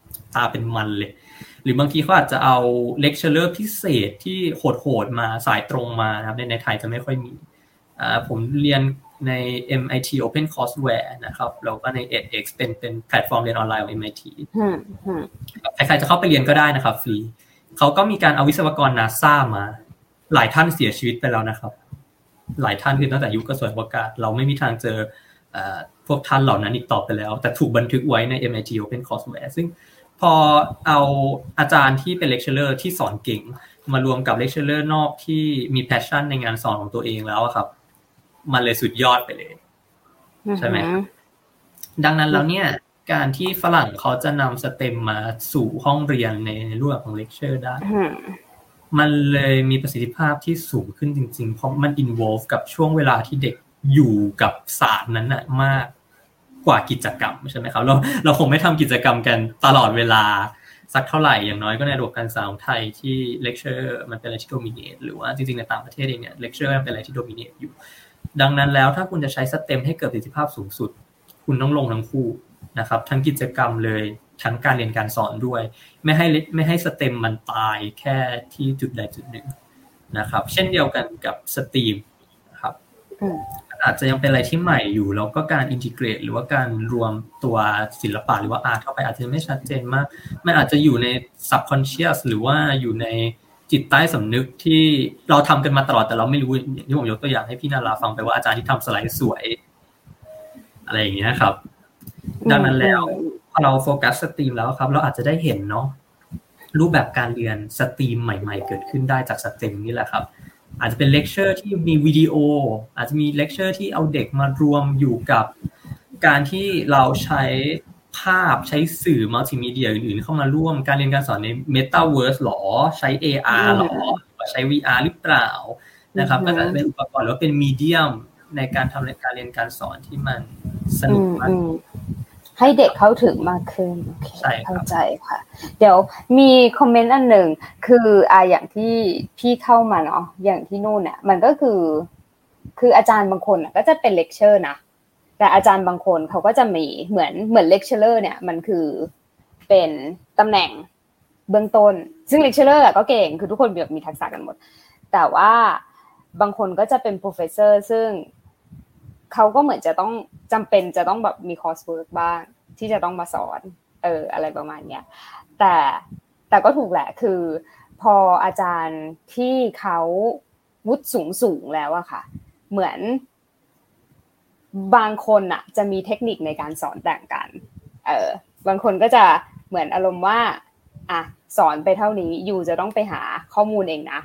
ตาเป็นมันเลยหรือบางทีเขาอาจจะเอาเลคเชอร์พิเศษที่โหดๆมาสายตรงมานะครับในไทยจะไม่ค่อยมีผมเรียนใน MIT OpenCourseWare นะครับแล้วก็ใน edX เป็นแพลตฟอร์มเรียนออนไลน์ของ MIT ใครๆจะเข้าไปเรียนก็ได้นะครับฟรีเขาก็มีการเอาวิศวกร NASA มาหลายท่านเสียชีวิตไปแล้วนะครับหลายท่านคือตั้งแต่ยุคกระทรวงอวกาศเราไม่มีทางเจอพวกท่านเหล่านั้นอีกต่อไปแล้วแต่ถูกบันทึกไว้ใน MIT OpenCourseWare ซึ่งพอเอาอาจารย์ที่เป็นเลคเชอร์ที่สอนเก่งมารวมกับเลคเชอร์นอกที่มีแพชชั่นในงานสอนของตัวเองแล้วครับมันเลยสุดยอดไปเลยใช่ไหมดังนั้นแล้วเนี่ยการที่ฝรั่งเขาจะนำสเต็มมาสู่ห้องเรียนในรูปแบบของเลคเชอร์ได้มันเลยมีประสิทธิภาพที่สูงขึ้นจริงๆเพราะมัน involve กับช่วงเวลาที่เด็กอยู่กับศาสตร์นั้นน่ะมากกว่ากิจกรรมใช่ไหมครับเราคงไม่ทำกิจกรรมกันตลอดเวลาสักเท่าไหร่อย่างน้อยก็ในระบบการศึกษาของไทยที่เลคเชอร์มันเป็นอะไรที่โดมิเนตหรือว่าจริงๆในต่างประเทศเองเนี่ยเลคเชอร์มันเป็นอะไรที่โดมิเนตอยู่ดังนั้นแล้วถ้าคุณจะใช้สเต็มให้เกิดประสิทธิภาพสูงสุดคุณต้องลงทั้งคู่นะครับทั้งกิจกรรมเลยทั้งการเรียนการสอนด้วยไม่ให้สเต็มมันตายแค่ที่จุดใดจุดหนึ่งนะครับเช่นเดียวกันกับสตรีมนะครับอาจจะยังเป็นอะไรที่ใหม่อยู่แล้วก็การอินทิเกรตหรือว่าการรวมตัวศิลปะหรือว่าอาร์ตเข้าไปอาจจะไม่ชัดเจนมากมันอาจจะอยู่ใน subconscious หรือว่าอยู่ในจิตใต้สำนึกที่เราทำกันมาตลอดแต่เราไม่รู้ที่ผมยกตัวอย่างให้พี่นาราฟังไปว่าอาจารย์ที่ทำสไลด์สวยอะไรอย่างเงี้ยครับดังนั้นแล้วพอเราโฟกัสสตรีมแล้วครับเราอาจจะได้เห็นเนาะรูปแบบการเรียนสตรีมใหม่ๆเกิดขึ้นได้จากสเต็มนี่แหละครับอาจจะเป็นเลคเชอร์ที่มีวิดีโออาจจะมีเลคเชอร์ที่เอาเด็กมารวมอยู่กับการที่เราใช้ภาพใช้สื่อมัลติมีเดียอื่นๆเข้ามาร่วมการเรียนการสอนในเมตาเวิร์สหรอใช้ AR หรอใช้ VR หรือเปล่านะครับก็จะเป็นอุปกรณ์หรือว่าเป็นมีเดียมในการทำการเรียนการสอนที่มันสนุกมากให้เด็กเข้าถึงมากขึ้นเข้าใจค่ะเดี๋ยวมีคอมเมนต์อันหนึ่งคืออย่างที่พี่เข้ามาเนาะอย่างที่นู่นเนี่ยมันก็คืออาจารย์บางคนก็จะเป็นเลคเชอร์นะแต่อาจารย์บางคนเขาก็จะมีเหมือนเลคเชอร์เนี่ยมันคือเป็นตำแหน่งเบื้องต้นซึ่งเลคเชอร์ก็เก่งคือทุกคนมีทักษะกันหมดแต่ว่าบางคนก็จะเป็นโปรเฟสเซอร์ซึ่งเขาก็เหมือนจะต้องจำเป็นจะต้องแบบมีคอร์สเวิร์กบ้างที่จะต้องมาสอนอะไรประมาณเนี้ยแต่ก็ถูกแหละคือพออาจารย์ที่เขาวุฒิสูงแล้วอะค่ะเหมือนบางคนอะจะมีเทคนิคในการสอนต่างกันบางคนก็จะเหมือนอารมณ์ว่าสอนไปเท่านี้อยู่จะต้องไปหาข้อมูลเองนะ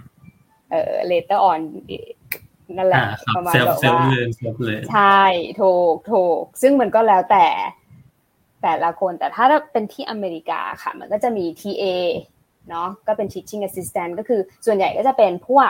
later onนั่นแหละประมาณแบบว่าใช่ถูกซึ่งมันก็แล้วแต่ละคนแต่ถ้าเป็นที่อเมริกาค่ะมันก็จะมี TA เนาะก็เป็น teaching assistant ก็คือส่วนใหญ่ก็จะเป็นพวก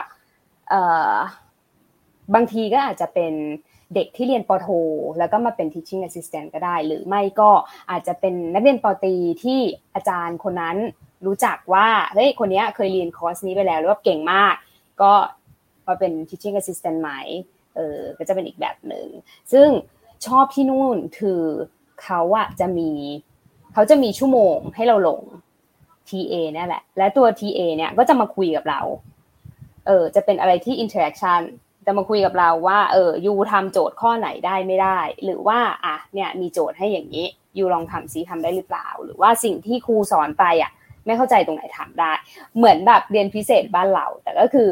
บางทีก็อาจจะเป็นเด็กที่เรียนป.โทแล้วก็มาเป็น teaching assistant ก็ได้หรือไม่ก็อาจจะเป็นนักเรียนป.ตรีที่อาจารย์คนนั้นรู้จักว่าเฮ้ยคนนี้เคยเรียนคอร์สนี้ไปแล้วหรือว่าเก่งมากก็มาเป็น teaching assistant ไหมก็จะเป็นอีกแบบนึงซึ่งชอบที่นู่นคือเขาจะมีชั่วโมงให้เราลง TA นี่แหละและตัว TA เนี่ยก็จะมาคุยกับเราจะเป็นอะไรที่ interaction จะมาคุยกับเราว่ายูทำโจทย์ข้อไหนได้ไม่ได้หรือว่าเนี่ยมีโจทย์ให้อย่างนี้ยูลองทำซิทำได้หรือเปล่าหรือว่าสิ่งที่ครูสอนไปไม่เข้าใจตรงไหนถามได้เหมือนแบบเรียนพิเศษบ้านเราแต่ก็คือ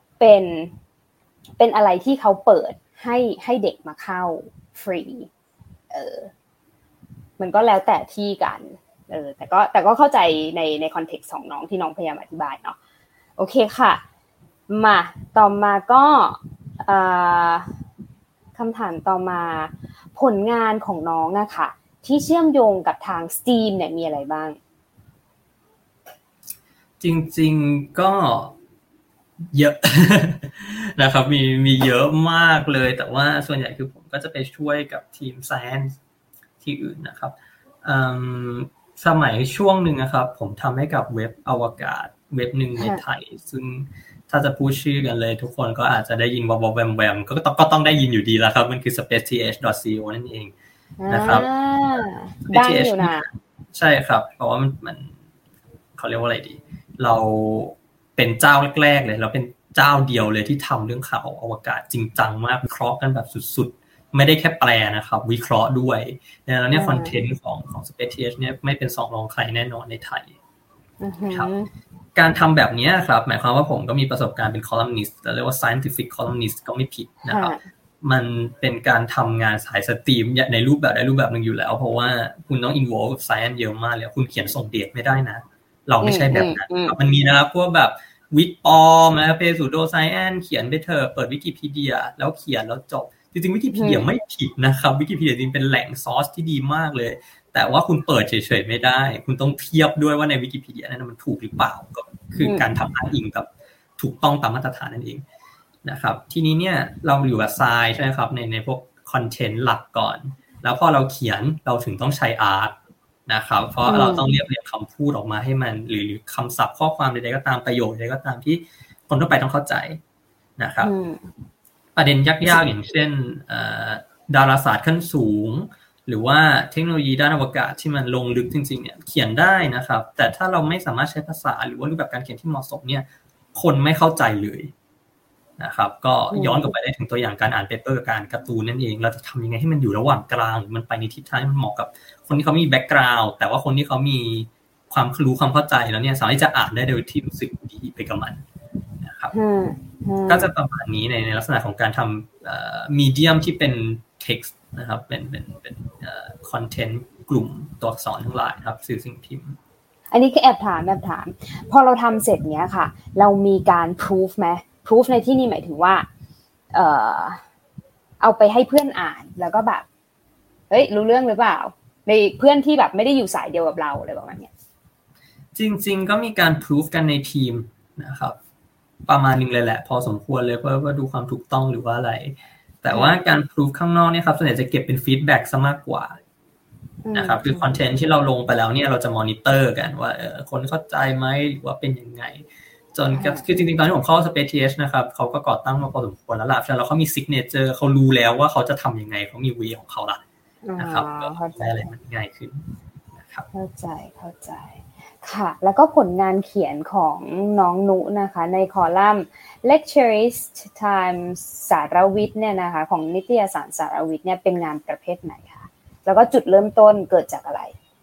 เป็นอะไรที่เขาเปิดให้เด็กมาเข้าฟรีมันก็แล้วแต่ที่กันแต่ก็เข้าใจในคอนเท็กซ์ของน้องที่น้องพยายามอธิบายเนาะโอเคค่ะมาต่อมาก็คำถามต่อมาผลงานของน้องนะคะที่เชื่อมโยงกับทาง STEAM เนี่ยมีอะไรบ้างจริงๆก็เยอะ นะครับมีเยอะมากเลยแต่ว่าส่วนใหญ่คือผมก็จะไปช่วยกับทีม Science ที่อื่นนะครับสมัยช่วงหนึ่งนะครับผมทำให้กับเว็บอวกาศเว็บหนึ่งในไทยซึ่งถ้าจะพูดชื่อกันเลยทุกคนก็อาจจะได้ยินวแวมๆก็ต้องได้ยินอยู่ดีแล้วครับมันคือ spaceth.co นั่นเองนะครับดังอยู่นะใช่ครับเพราะว่ามันเขาเรียกว่าอะไรดีเราเป็นเจ้าแรกๆเลยเราเป็นเจ้าเดียวเลยที่ทำเรื่องข่าวอวกาศจริงจังมากวิเคราะห์กันแบบสุดๆไม่ได้แค่แปลนะครับวิเคราะห์ด้วยแล้วเนี่ยคอนเทนต์ของ SpaceTH เนี่ยไม่เป็นสองรองใครแน่นอนในไทยครับการทำแบบนี้ครับหมายความว่าผมก็มีประสบการณ์เป็นคอลัมนิสต์เรียกว่า scientific columnist ก็ไม่ผิดนะครับมันเป็นการทำงานสายสตรีมในรูปแบบใดรูปแบบนึงอยู่แล้วเพราะว่าคุณต้อง involve กับ science เยอะมากเลยคุณเขียนส่งเดทไม่ได้นะเราไม่ใช่แบบนั้นมันมีนะครับพวกแบบวิกปอมนะเพซูโดไซแอนเขียนไปเถอะเปิดวิกิพีเดียแล้วเขียนแล้วจบจริงๆวิกิพีเดียไม่ผิดนะครับวิกิพีเดียจริงเป็นแหล่งซอสที่ดีมากเลยแต่ว่าคุณเปิดเฉยๆไม่ได้คุณต้องเทียบด้วยว่าในวิกิพีเดียนั้นมันถูกหรือเปล่าก็คือการทำอ้างอิงกับถูกต้องตามมาตรฐานนั่นเองนะครับทีนี้เนี่ยเราอยู่กับไซน์ใช่ไหมครับในพวกคอนเทนต์หลักก่อนแล้วพอเราเขียนเราถึงต้องใช้อาร์ตนะครับเพราะเราต้องเรียบเรียงคำพูดออกมาให้มันหรือคำศัพท์ข้อความใดๆก็ตามประโยคใดก็ตามที่คนทั่วไปต้องเข้าใจนะครับประเด็นยากๆอย่างเช่นดาราศาสตร์ขั้นสูงหรือว่าเทคโนโลยีด้านอวกาศที่มันลงลึกจริงๆเนี่ยเขียนได้นะครับแต่ถ้าเราไม่สามารถใช้ภาษาหรือว่ารูปแบบการเขียนที่เหมาะสมเนี่ยคนไม่เข้าใจเลยนะครับก็ย้อนกลับไปได้ถึงตัวอย่างการอ่านเปเปอร์การการ์ตูนนั่นเองเราจะทำยังไงให้มันอยู่ระหว่างกลางมันไปในทิศทางที่มันเหมาะกับคนที่เขามีแบ็คกราวด์แต่ว่าคนที่เขามีความรู้ความเข้าใจแล้วเนี่ยสามารถจะอ่านได้โดยที่รู้สึกดีไปกับมันนะครับก็จะประมาณนี้ในลักษณะของการทำมีเดียมที่เป็น text นะครับเป็นคอนเทนต์กลุ่มตัวอักษรทั้งหลายครับสื่อสิ่งพิมพ์อันนี้คือแอบถามพอเราทำเสร็จเนี้ยค่ะเรามีการ proof ไหม proof ในที่นี้หมายถึงว่าเอาไปให้เพื่อนอ่านแล้วก็แบบเฮ้ยรู้เรื่องหรือเปล่าในเพื่อนที่แบบไม่ได้อยู่สายเดียวกับเราอะไรประมาณนี้จริงๆก็มีการ proof กันในทีมนะครับประมาณนึงเลยแหละพอสมควรเลยเพื่อดูความถูกต้องหรือว่าอะไรแต่ว่าการ proof ข้างนอกเนี่ยครับส่วนใหญ่จะเก็บเป็น feedback ซะมากกว่านะครับคือคอนเทนต์ที่เราลงไปแล้วเนี่ยเราจะมอนิเตอร์กันว่าคนเข้าใจไหมหรือว่าเป็นยังไงจนคือจริงๆตอนที่ผมเข้า SpaceTH นะครับเขาก็ก่อตั้งมาพอสมควรแล้วล่ะแล้วเขามี signature เขารู้แล้วว่าเขาจะทำยังไงเขามี way ของเขาละนะครับก็ได้อะไรมันง่ายขึ้นนะครับเข้าใจค่ะแล้วก็ผลงานเขียนของน้องนุนะคะในคอลัมน์ Lecturist Times สารวิทย์เนี่ยนะคะของนิตยสารสารวิทย์เนี่ยเป็นงานประเภทไหนคะแล้วก็จุดเริ่มต้นเกิดจากอะไร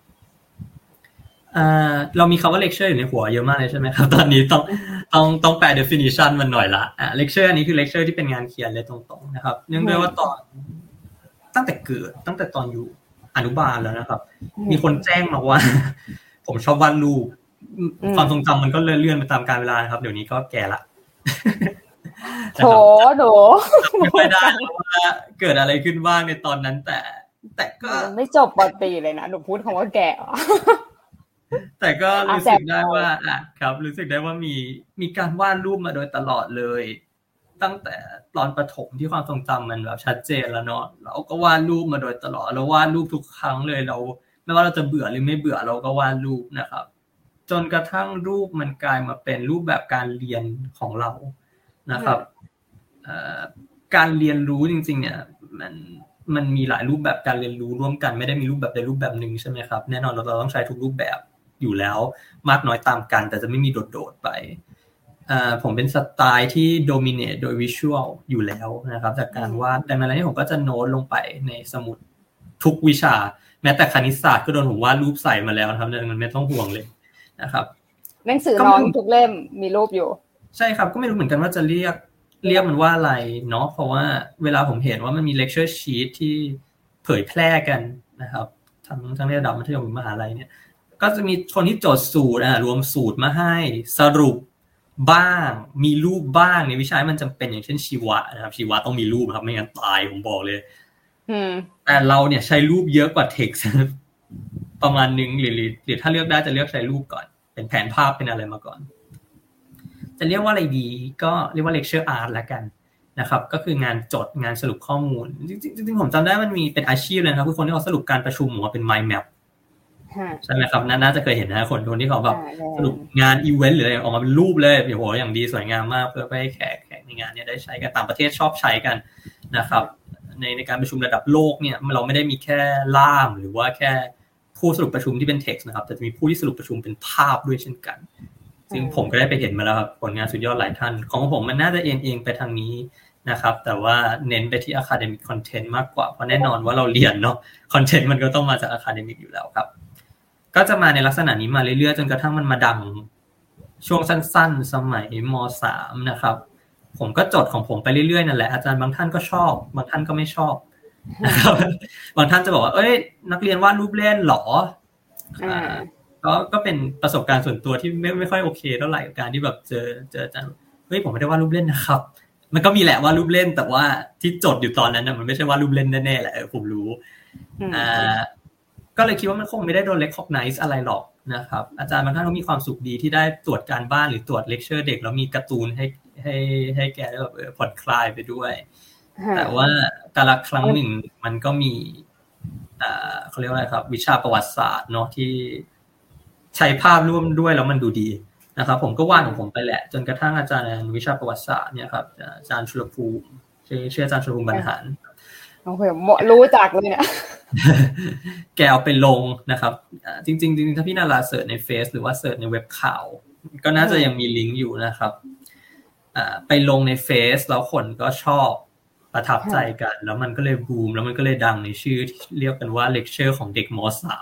เรามีคำว่า lecture อยู่ในหัวเยอะมากเลยใช่ไหมครับตอนนี้ต้องแปล definition มันหน่อยละlecture อันนี้คือ lecture ที่เป็นงานเขียนเลยตรงๆนะครับเนื่องด้วยว่าตั้งแต่ตอนอยู่อนุบาลแล้วนะครับมีคนแจ้งมาว่าผมชอบวาดรูปความทรงจำมันก็เลื่อนไปตามกาลเวลานะครับเดี๋ยวนี้ก็แก่ละโถไม่ค่อยได้ว่าเกิดอะไรขึ้นบ้างในตอนนั้นแต่ก็ไม่จบป.ตรีเลยนะหนูพูดคำว่าแก่แต่ก็รู้สึกได้ว่าครับรู้สึกได้ว่ามีการวาดรูปมาโดยตลอดเลยตั้งแต่ตอนประถมที่ความทรงจำมันแบบชัดเจนแล้วเนาะเราก็วาดรูปมาโดยตลอดเราวาดรูปทุกครั้งเลยเราไม่ว่าเราจะเบื่อหรือไม่เบื่อเราก็วาดรูปนะครับจนกระทั่งรูปมันกลายมาเป็นรูปแบบการเรียนของเรานะครับการเรียนรู้จริงๆเนี่ยมันมีหลายรูปแบบการเรียนรู้ร่วมกันไม่ได้มีรูปแบบใดรูปแบบนึงใช่ไหมครับแน่นอนเราต้องใช้ทุกรูปแบบอยู่แล้วมากน้อยตามกันแต่จะไม่มีโดดๆไปผมเป็นสไตล์ที่ dominate โดย visual อยู่แล้วนะครับจากการวาดดังนั้นแล้วผมก็จะโน้ตลงไปในสมุดทุกวิชาแม้แต่คณิตศาสตร์ก็โดนผมวาดรูปใส่มาแล้วนะครับดังนั้นไม่ต้องห่วงเลยนะครับหนังสือน้องทุกเล่มมีรูปอยู่ใช่ครับก็ไม่รู้เหมือนกันว่าจะเรียกมันว่าอะไรเนาะเพราะว่าเวลาผมเห็นว่ามันมี lecture sheet ที่เผยแพร่กันนะครับทั้งในระดับมัธยมหรือมหาลัยเนี่ยก็จะมีคนที่โจทย์สูตรรวมสูตรมาให้สรุปบ้างมีรูปบ้างในวิชามันจำเป็นอย่างเช่นชีวะนะครับชีวะต้องมีรูปครับไม่งั้นตายผมบอกเลยแต่เราเนี่ยใช้รูปเยอะกว่า text ประมาณนึงหรือถ้าเลือกได้จะเลือกใช้รูปก่อนเป็นแผนภาพเป็นอะไรมาก่อนจะเรียกว่าอะไรดีก็เรียกว่า lecture art ละกันนะครับก็คืองานจดงานสรุปข้อมูลจริงๆผมจำได้มันมีเป็นอาชีพเลยนะครับคือคนที่เขาสรุปการประชุมว่าเป็น mind map ใช่ไหมครับน่าจะเคยเห็นนะคนที่เขาแบบสรุปงานอีเวนต์หรืออะไรออกมาเป็นรูปเลยโอ้โหอย่างดีสวยงามมากเพื่อให้แขกในงานนี้ได้ใช้กันต่างประเทศชอบใช้กันนะครับในการประชุมระดับโลกเนี่ยเราไม่ได้มีแค่ล่ามหรือว่าแค่ผผู้สรุปประชุมที่เป็น text นะครับแต่จะมีผู้ที่สรุปประชุมเป็นภาพด้วยเช่นกันซึ่งผมก็ได้ไปเห็นมาแล้วครับผลงานสุดยอดหลายท่านของผมมันน่าจะเอียงไปทางนี้นะครับแต่ว่าเน้นไปที่ academic content มากกว่าเพราะแน่นอนว่าเราเรียนเนาะ content มันก็ต้องมาจาก academic อยู่แล้วครับก็จะมาในลักษณะนี้มาเรื่อยๆจนกระทั่งมันมาดังช่วงสั้นๆสมัยม.3 นะครับผมก็จดของผมไปเรื่อยๆนั่นแหละอาจารย์บางท่านก็ชอบบางท่านก็ไม่ชอบนะครับบางท่านจะบอกว่าเอ้ยนักเรียนวาดรูปเล่นหรอก็เป็นประสบการณ์ส่วนตัวที่ไม่ค่อยโอเคเท่าไหร่กับการที่แบบเจออาจารย์เฮ้ยผมไม่ได้วาดรูปเล่นนะครับมันก็มีแหละวาดรูปเล่นแต่ว่าที่จดอยู่ตอนนั้นน่ะมันไม่ใช่วาดรูปเล่นแน่ๆแหละผมรู้ก็เลยคิดว่ามันคงไม่ได้โดน recognize อะไรหรอกนะครับอาจารย์บางท่านก็มีความสุขดีที่ได้ตรวจการบ้านหรือตรวจเลคเชอร์เด็กแล้วมีการ์ตูนให้แกแบบผ่อนคลายไปด้วยแต่ว่าแต่ละครั้งหนึ่งมันก็มีเขาเรียกว่าอะไรครับวิชาประวัติศาสตร์เนาะที่ใช้ภาพร่วมด้วยแล้วมันดูดีนะครับผมก็วาดของผมไปแหละจนกระทั่งอาจารย์วิชาประวัติศาสตร์เนี่ยครับอาจารย์ชุลภูมิชื่ออาจารย์ชุลภูมิบรรหารโอเครู้จักเลยเนี่ยแกเอาไปลงนะครับจริงๆถ้าพี่นาราเสิร์ชในเฟซหรือว่าเสิร์ชในเว็บข่าวก็น่าจะยังมีลิงก์อยู่นะครับไปลงในเฟซแล้วคนก็ชอบประทับใจกันแล้วมันก็เลยบูมแล้วมันก็เลยดังในชื่อที่เรียกกันว่าเลคเชอร์ของเด็กม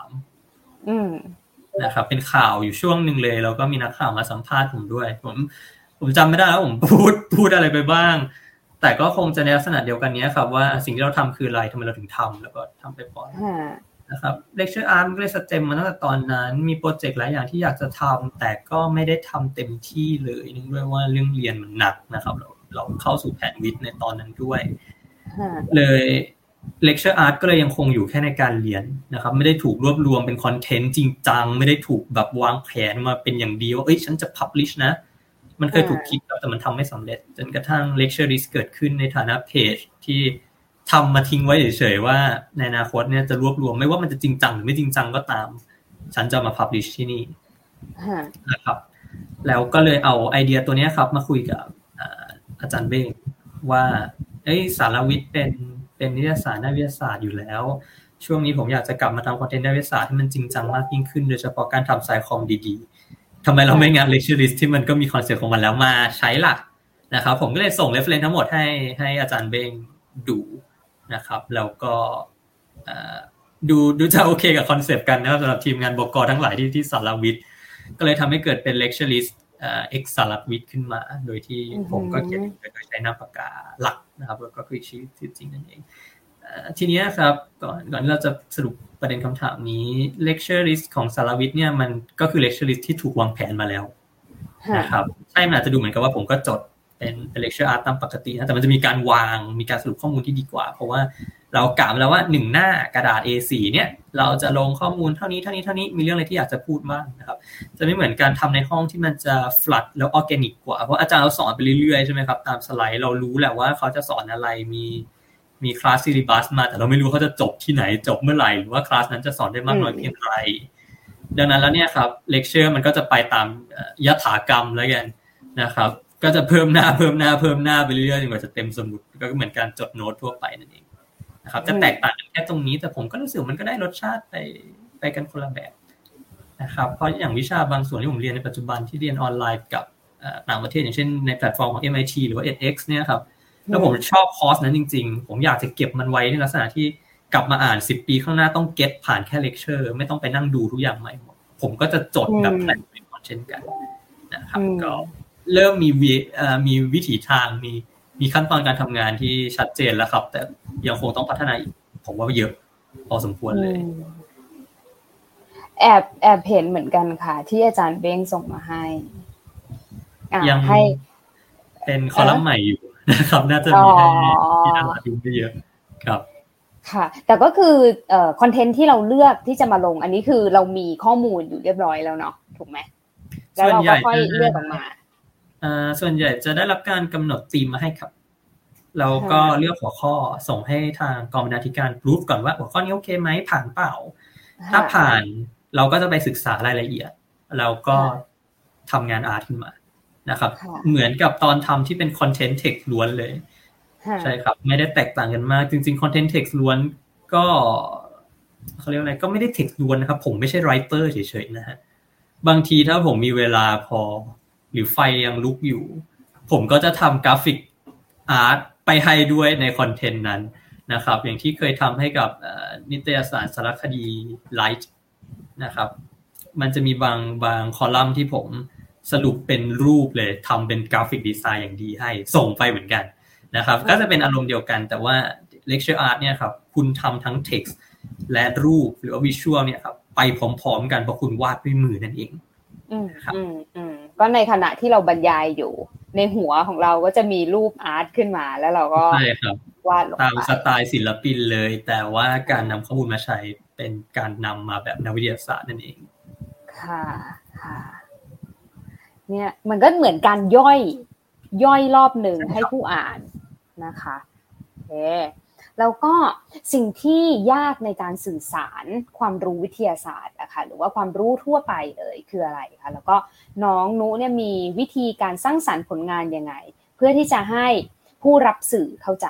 .3 นะครับเป็นข่าวอยู่ช่วงนึงเลยแล้วก็มีนักข่าวมาสัมภาษณ์ผมด้วยผมจำไม่ได้แล้วผมพูดอะไรไปบ้างแต่ก็คงจะในลักษณะเดียวกันนี้ครับว่าสิ่งที่เราทำคืออะไรทำไมเราถึงทำแล้วก็ทำไปปล่อยนะครับเลคเชอร์อาร์ตก็เลยสเต็มมาตั้งแต่ตอนนั้นมีโปรเจกต์หลายอย่างที่อยากจะทำแต่ก็ไม่ได้ทำเต็มที่เลยเนื่องด้วยว่าเรื่องเรียนมันหนักนะครับเราเข้าสู่แผนวิทย์ในตอนนั้นด้วยเลยเลคเชอร์อาร์ตก็เลยยังคงอยู่แค่ในการเรียนนะครับไม่ได้ถูกรวบรวมเป็นคอนเทนต์จริงจังไม่ได้ถูกแบบวางแผนมาเป็นอย่างดีว่าฉันจะพับลิชนะมันเคยถูกคิดแต่มันทำไม่สำเร็จจนกระทั่ง Lecturelist เกิดขึ้นในฐานะเพจที่ทำมาทิ้งไว้เฉยๆว่าในอนาคตเนี่ยจะรวบรวมไม่ว่ามันจะจริงจังหรือไม่จริงจังก็ตามฉันจะมา publish ที่นี่นะครับแล้วก็เลยเอาไอเดียตัวนี้ครับมาคุยกับอาจารย์เบ้งว่าสารวิทย์เป็นนิตยสารด้านวิทยาศาสตร์อยู่แล้วช่วงนี้ผมอยากจะกลับมาทำคอนเทนต์ด้านวิทยาศาสตร์ให้มันจริงจังมากยิ่งขึ้นโดยเฉพาะการทำไซคอมดีๆทำไมเราไม่งาน Lecturelist ที่มันก็มีคอนเซ็ปต์ของมันแล้วมาใช้ล่ะนะครับผมก็เลยส่ง reference ทั้งหมดให้อาจารย์เบ้งดูนะครับแล้วก็ดูจะโอเคกับคอนเซ็ปต์กันนะครับสำหรับทีมงานบก.ทั้งหลายที่สารวิทย์ก็เลยทำให้เกิดเป็น Lecturelist X สารวิทย์ขึ้นมาโดยที่ผมก็เขียนโดยใช้นามปากกาหลักนะครับก็คือชื่อจริงนั่นเองทีนี้ครับก่อนที่เราจะสรุปประเด็นคำถามนี้ Lecturelist ของสารวิทย์เนี่ยมันก็คือ Lecturelist ที่ถูกวางแผนมาแล้วนะครับใช่มันอาจจะดูเหมือนกับว่าผมก็จดเป็น lecture art ตามปกตินะแต่มันจะมีการวางมีการสรุปข้อมูลที่ดีกว่าเพราะว่าเรากะมาแล้วว่า1หน้ากระดาษ A4 เนี่ยเราจะลงข้อมูลเท่านี้มีเรื่องอะไรที่อยากจะพูดบ้างนะครับจะไม่เหมือนการทำในห้องที่มันจะ flat แล้ว organic กว่าเพราะอาจารย์เราสอนไปเรื่อยๆใช่ไหมครับตามสไลด์เรารู้แหละว่าเขาจะสอนอะไรมีคลาสซิลิบัสมาแต่เราไม่รู้เขาจะจบที่ไหนจบเมื่อไหร่หรือว่าคลาสนั้นจะสอนได้มากน้อยเพียงไรดังนั้นแล้วเนี่ยครับเลคเชอร์มันก็จะไปตามยถากรรมแล้วกันนะครับก็จะเพิ่มหน้าไปเรื่อยๆจนกว่าจะเต็มสมุดก็เหมือนการจดโน้ตทั่วไปนั่นเองนะครับจะแตกต่างกันแค่ตรงนี้แต่ผมก็รู้สึกมันก็ได้รสชาติไปกันคนละแบบนะครับเพราะอย่างวิชาบางส่วนที่ผมเรียนในปัจจุบันที่เรียนออนไลน์กับต่างประเทศอย่างเช่นในแพลตฟอร์มของ MIT หรือว่า edX เนี่ยครับแล้วผมชอบคอร์สนั้นจริงๆผมอยากจะเก็บมันไว้ในลักษณะที่กลับมาอ่าน10ปีข้างหน้าต้องเก็ตผ่านแค่เลคเชอร์ไม่ต้องไปนั่งดูทุกอย่างใหม่ผมก็จะจดแบบแพลตฟอร์มเช่นกันนะครับก็เริ่มมีวิถีทางมีขั้นตอนการทำงานที่ชัดเจนแล้วครับแต่ยังคงต้องพัฒนาอีกผมว่าเยอะพอสมควรเลยแอบเห็นเหมือนกันค่ะที่อาจารย์เบ้งส่งมาให้ยังให้เป็นคอลัมน์ใหม่อยู่นะครับน่าจะมีให้ที่น่าดูได้เยอะครับค่ะแต่ก็คือคอนเทนต์ที่เราเลือกที่จะมาลงอันนี้คือเรามีข้อมูลอยู่เรียบร้อยแล้วเนาะถูกไหมแล้วเราก็ค่อยเลือกออกมาส่วนใหญ่จะได้รับการกำหนดธีมมาให้ครับเราก็เลือกหัวข้อส่งให้ทางกองบรรณาธิการพิสูจน์ก่อนว่าหัวข้อนี้โอเคไหมผ่านเปล่าถ้าผ่านเราก็จะไปศึกษารายละเอียดแล้วก็ทำงานอาร์ตขึ้นมานะครับเหมือนกับตอนทำที่เป็นคอนเทนต์เท็กซ์ล้วนเลยใช่ครับไม่ได้แตกต่างกันมากจริงๆคอนเทนต์เท็กซ์ล้วนก็เขาเรียกอะไรก็ไม่ได้เทคล้วนนะครับผมไม่ใช่ไรเตอร์เฉยๆนะฮะบางทีถ้าผมมีเวลาพอหรือไฟยังลุกอยู่ผมก็จะทำกราฟิกอาร์ตไปให้ด้วยในคอนเทนต์นั้นนะครับอย่างที่เคยทำให้กับนิตยสารสารคดีไลท์นะครับมันจะมีบางคอลัมน์ที่ผมสรุปเป็นรูปเลยทำเป็นกราฟิกดีไซน์อย่างดีให้ส่งไปเหมือนกันนะครับก็จะเป็นอารมณ์เดียวกันแต่ว่า lecture art เนี่ยครับคุณทำทั้ง text และรูปหรือว่า visual เนี่ยครับไปพร้อมๆกันเพราะคุณวาดด้วยมือนั่นเองครับก็ในขณะที่เราบรรยายอยู่ในหัวของเราก็จะมีรูปอาร์ตขึ้นมาแล้วเราก็วาดลงไปตามสไตล์ศิลปินเลยแต่ว่าการนำข้อมูลมาใช้เป็นการนำมาแบบนักวิทยาศาสตร์นั่นเองค่ะค่ะเนี่ยมันก็เหมือนการย่อยรอบหนึ่งให้ผู้อ่านนะคะแล้วก็สิ่งที่ยากในการสื่อสารความรู้วิทยาศาสตร์นะคะหรือว่าความรู้ทั่วไปเลยคืออะไรคะแล้วก็น้องนุเนี่ยมีวิธีการสร้างสรรค์ผลงานยังไงเพื่อที่จะให้ผู้รับสื่อเข้าใจ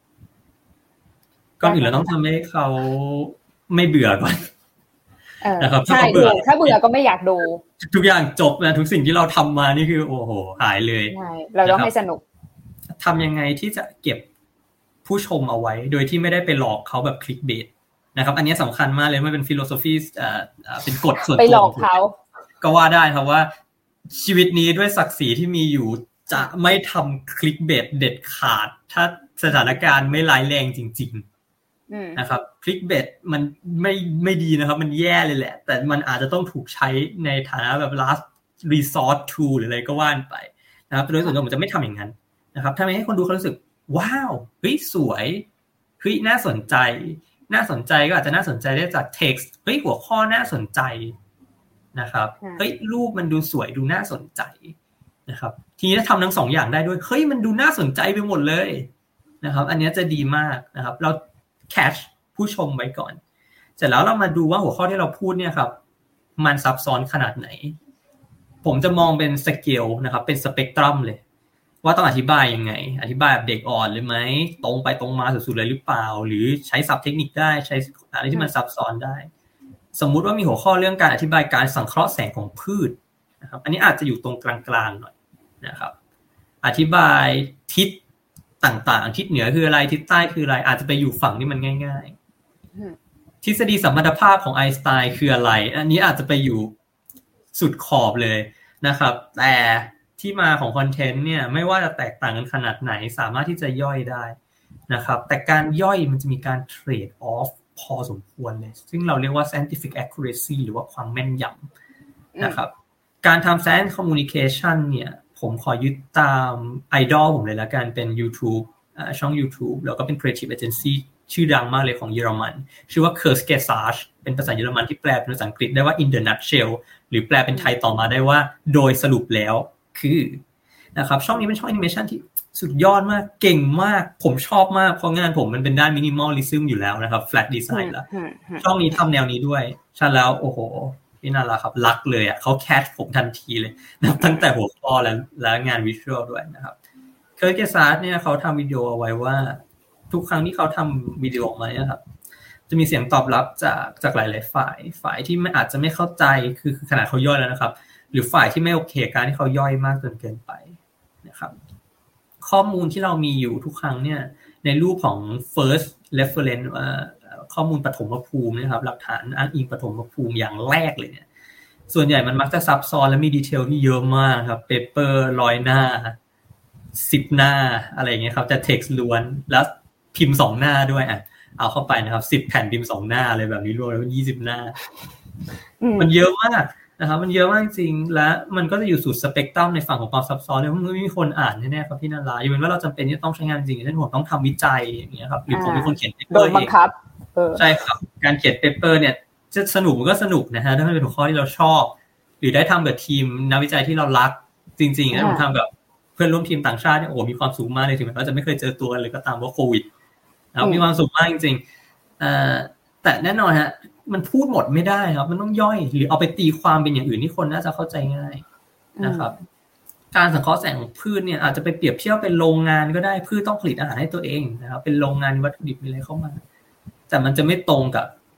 ก่อนอื่นเราต้องทำให้เขาไม่เบื่อก่อนนะครับใช่ถ้าเบื่อก็ไม่อยากดูทุกอย่างจบนะทุกสิ่งที่เราทำมานี่คือโอ้โหหายเลยใช่เราต้องให้สนุกทำยังไงที่จะเก็บผู้ชมเอาไว้โดยที่ไม่ได้ไปหลอกเขาแบบคลิกเบสนะครับอันนี้สำคัญมากเลยมันเป็นฟิโลโซฟีเป็นกฎส่วนตัวไปหลอกเขาก็ว่าได้ครับว่าชีวิตนี้ด้วยศักดิ์ศรีที่มีอยู่จะไม่ทำคลิกเบสเด็ดขาดถ้าสถานการณ์ไม่ร้ายแรงจริงๆนะครับคลิกเบสมันไม่ดีนะครับมันแย่เลยแหละแต่มันอาจจะต้องถูกใช้ในฐานะแบบ last resort tool หรืออะไรก็ว่านไปนะครับโดยส่วนตัวผมจะไม่ทำอย่างนั้นนะครับทำให้คนดูเขารู้สึกว้าวเฮ้ยสวยเฮ้ยน่าสนใจก็อาจจะน่าสนใจได้จาก text เฮ้ยหัวข้อน่าสนใจนะครับเฮ้ยรูปมันดูสวยดูน่าสนใจนะครับทีนี้ถ้าทำทั้งสองอย่างได้ด้วยเฮ้ยมันดูน่าสนใจไปหมดเลยนะครับอันนี้จะดีมากนะครับเรา catch ผู้ชมไว้ก่อนเสร็จแล้วเรามาดูว่าหัวข้อที่เราพูดเนี่ยครับมันซับซ้อนขนาดไหนผมจะมองเป็นสเกลนะครับเป็นสเปกตรัมเลยว่าต้องอธิบายยังไงอธิบายแบบเด็กอ่อนเลยไหมตรงไปตรงมาสุดๆเลยหรือเปล่าหรือใช้ศัพท์เทคนิคได้ใช้อะไรที่มันซับซ้อนได้สมมุติว่ามีหัวข้อเรื่องการอธิบายการสังเคราะห์แสงของพืชนะครับอันนี้อาจจะอยู่ตรงกลางๆหน่อยนะครับอธิบายทิศต่างๆทิศเหนือคืออะไรทิศใต้คืออะไรอาจจะไปอยู่ฝั่งที่มันง่ายๆทฤษฎีสัมพัทธภาพของไอน์สไตน์คืออะไรอันนี้อาจจะไปอยู่สุดขอบเลยนะครับแต่ที่มาของคอนเทนต์เนี่ยไม่ว่าจะแตกต่างกันขนาดไหนสามารถที่จะย่อยได้นะครับแต่การย่อยมันจะมีการเทรดออฟพอสมควรเลยซึ่งเราเรียกว่า scientific accuracy หรือว่าความแม่นยำนะครับการทำ science communication เนี่ยผมขอยึดตามไอดอลผมเลยละกันเป็น YouTube ช่อง YouTube แล้วก็เป็น creative agency ชื่อดังมากเลยของเยอรมันชื่อว่า Kurzgesagt เป็นภาษาเยอรมันที่แปลเป็นภาษาอังกฤษได้ว่า in the nutshell หรือแปลเป็นไทยต่อมาได้ว่าโดยสรุปแล้วคือนะครับช่องนี้เป็นช่องแอนิเมชันที่สุดยอดมากเก่งมากผมชอบมากเพราะงานผมมันเป็นด้านมินิมอลลิซึมอยู่แล้วนะครับแฟลตดีไซน์แล้วช่องนี้ทำแนวนี้ด้วยใช่แล้วโอ้โหพี่นาราครับรักเลยอ่ะเขาแคชผมทันทีเลยนะตั้งแต่หัวข้อและงานวิชวลด้วยนะครับเคิร์ทเกซาร์ดเนี่ยเขาทำวิดีโอเอาไว้ว่าทุกครั้งที่เขาทำวิดีโอออกมาเนี่ยครับจะมีเสียงตอบรับจากหลายๆฝ่ายที่ไม่อาจจะไม่เข้าใจคือขนาดเขาย่อยแล้วนะครับหรือฝ่ายที่ไม่โอเคการที่เขาย่อยมากจนเกินไปนะครับข้อมูลที่เรามีอยู่ทุกครั้งเนี่ยในรูปของ first reference ข้อมูลปฐมภูมินะครับหลักฐานอ้างอิงปฐมภูมิอย่างแรกเลยเนี่ยส่วนใหญ่มันมักจะซับซ้อนและมีดีเทลที่เยอะมากครับเปเปอร์100 หน้า10 หน้าอะไรอย่างเงี้ยครับจะ text ล้วนแล้วพิมพ์2 หน้าด้วยเอาเข้าไปนะครับ10 แผ่นพิมพ์2 หน้าอะไรแบบนี้รวมแล้ว20 หน้ามันเยอะมากนะครับมันเยอะมากจริงและมันก็จะอยู่สุดสเปกตรัมในฝั่งของความซับซ้อนเนี่ยไม่มีคนอ่านแน่ๆครับพี่นาราอยู่เป็นว่าเราจำเป็นที่ต้องใช้งานจริงเช่นผมต้องทำวิจัยอย่างเงี้ยครับหรือผมเป็นคนเขียนเปเปอร์เองใช่ครับการเขียนเปเปอร์เนี่ยจะสนุกมันก็สนุกนะฮะถ้ามันเป็นหัวข้อที่เราชอบหรือได้ทำกับทีมนักวิจัยที่เรารักจริงๆนะผมทำกับเพื่อนร่วมทีมต่างชาติเนี่ยโอ้มีความสุขมากเลยถึงแม้ว่าจะไม่เคยเจอตัวกันเลยก็ตามว่าโควิดแล้วมีความสุขมากจริงๆแต่แน่นอนฮะมันพูดหมดไม่ได้ครับมันต้องย่อยหรือเอาไปตีความเป็นอย่างอื่นที่คนน่าจะเข้าใจง่ายนะครับการสังเคราะห์แสงของพืชเนี่ยอาจจะไปเปรียบเทียบเป็นโรงงานก็ได้พืชต้องผลิตอาหารให้ตัวเองนะครับเป็นโรงงานวัตถุดิบอะไรเข้ามาแต่มันจะไม่ตรงกับ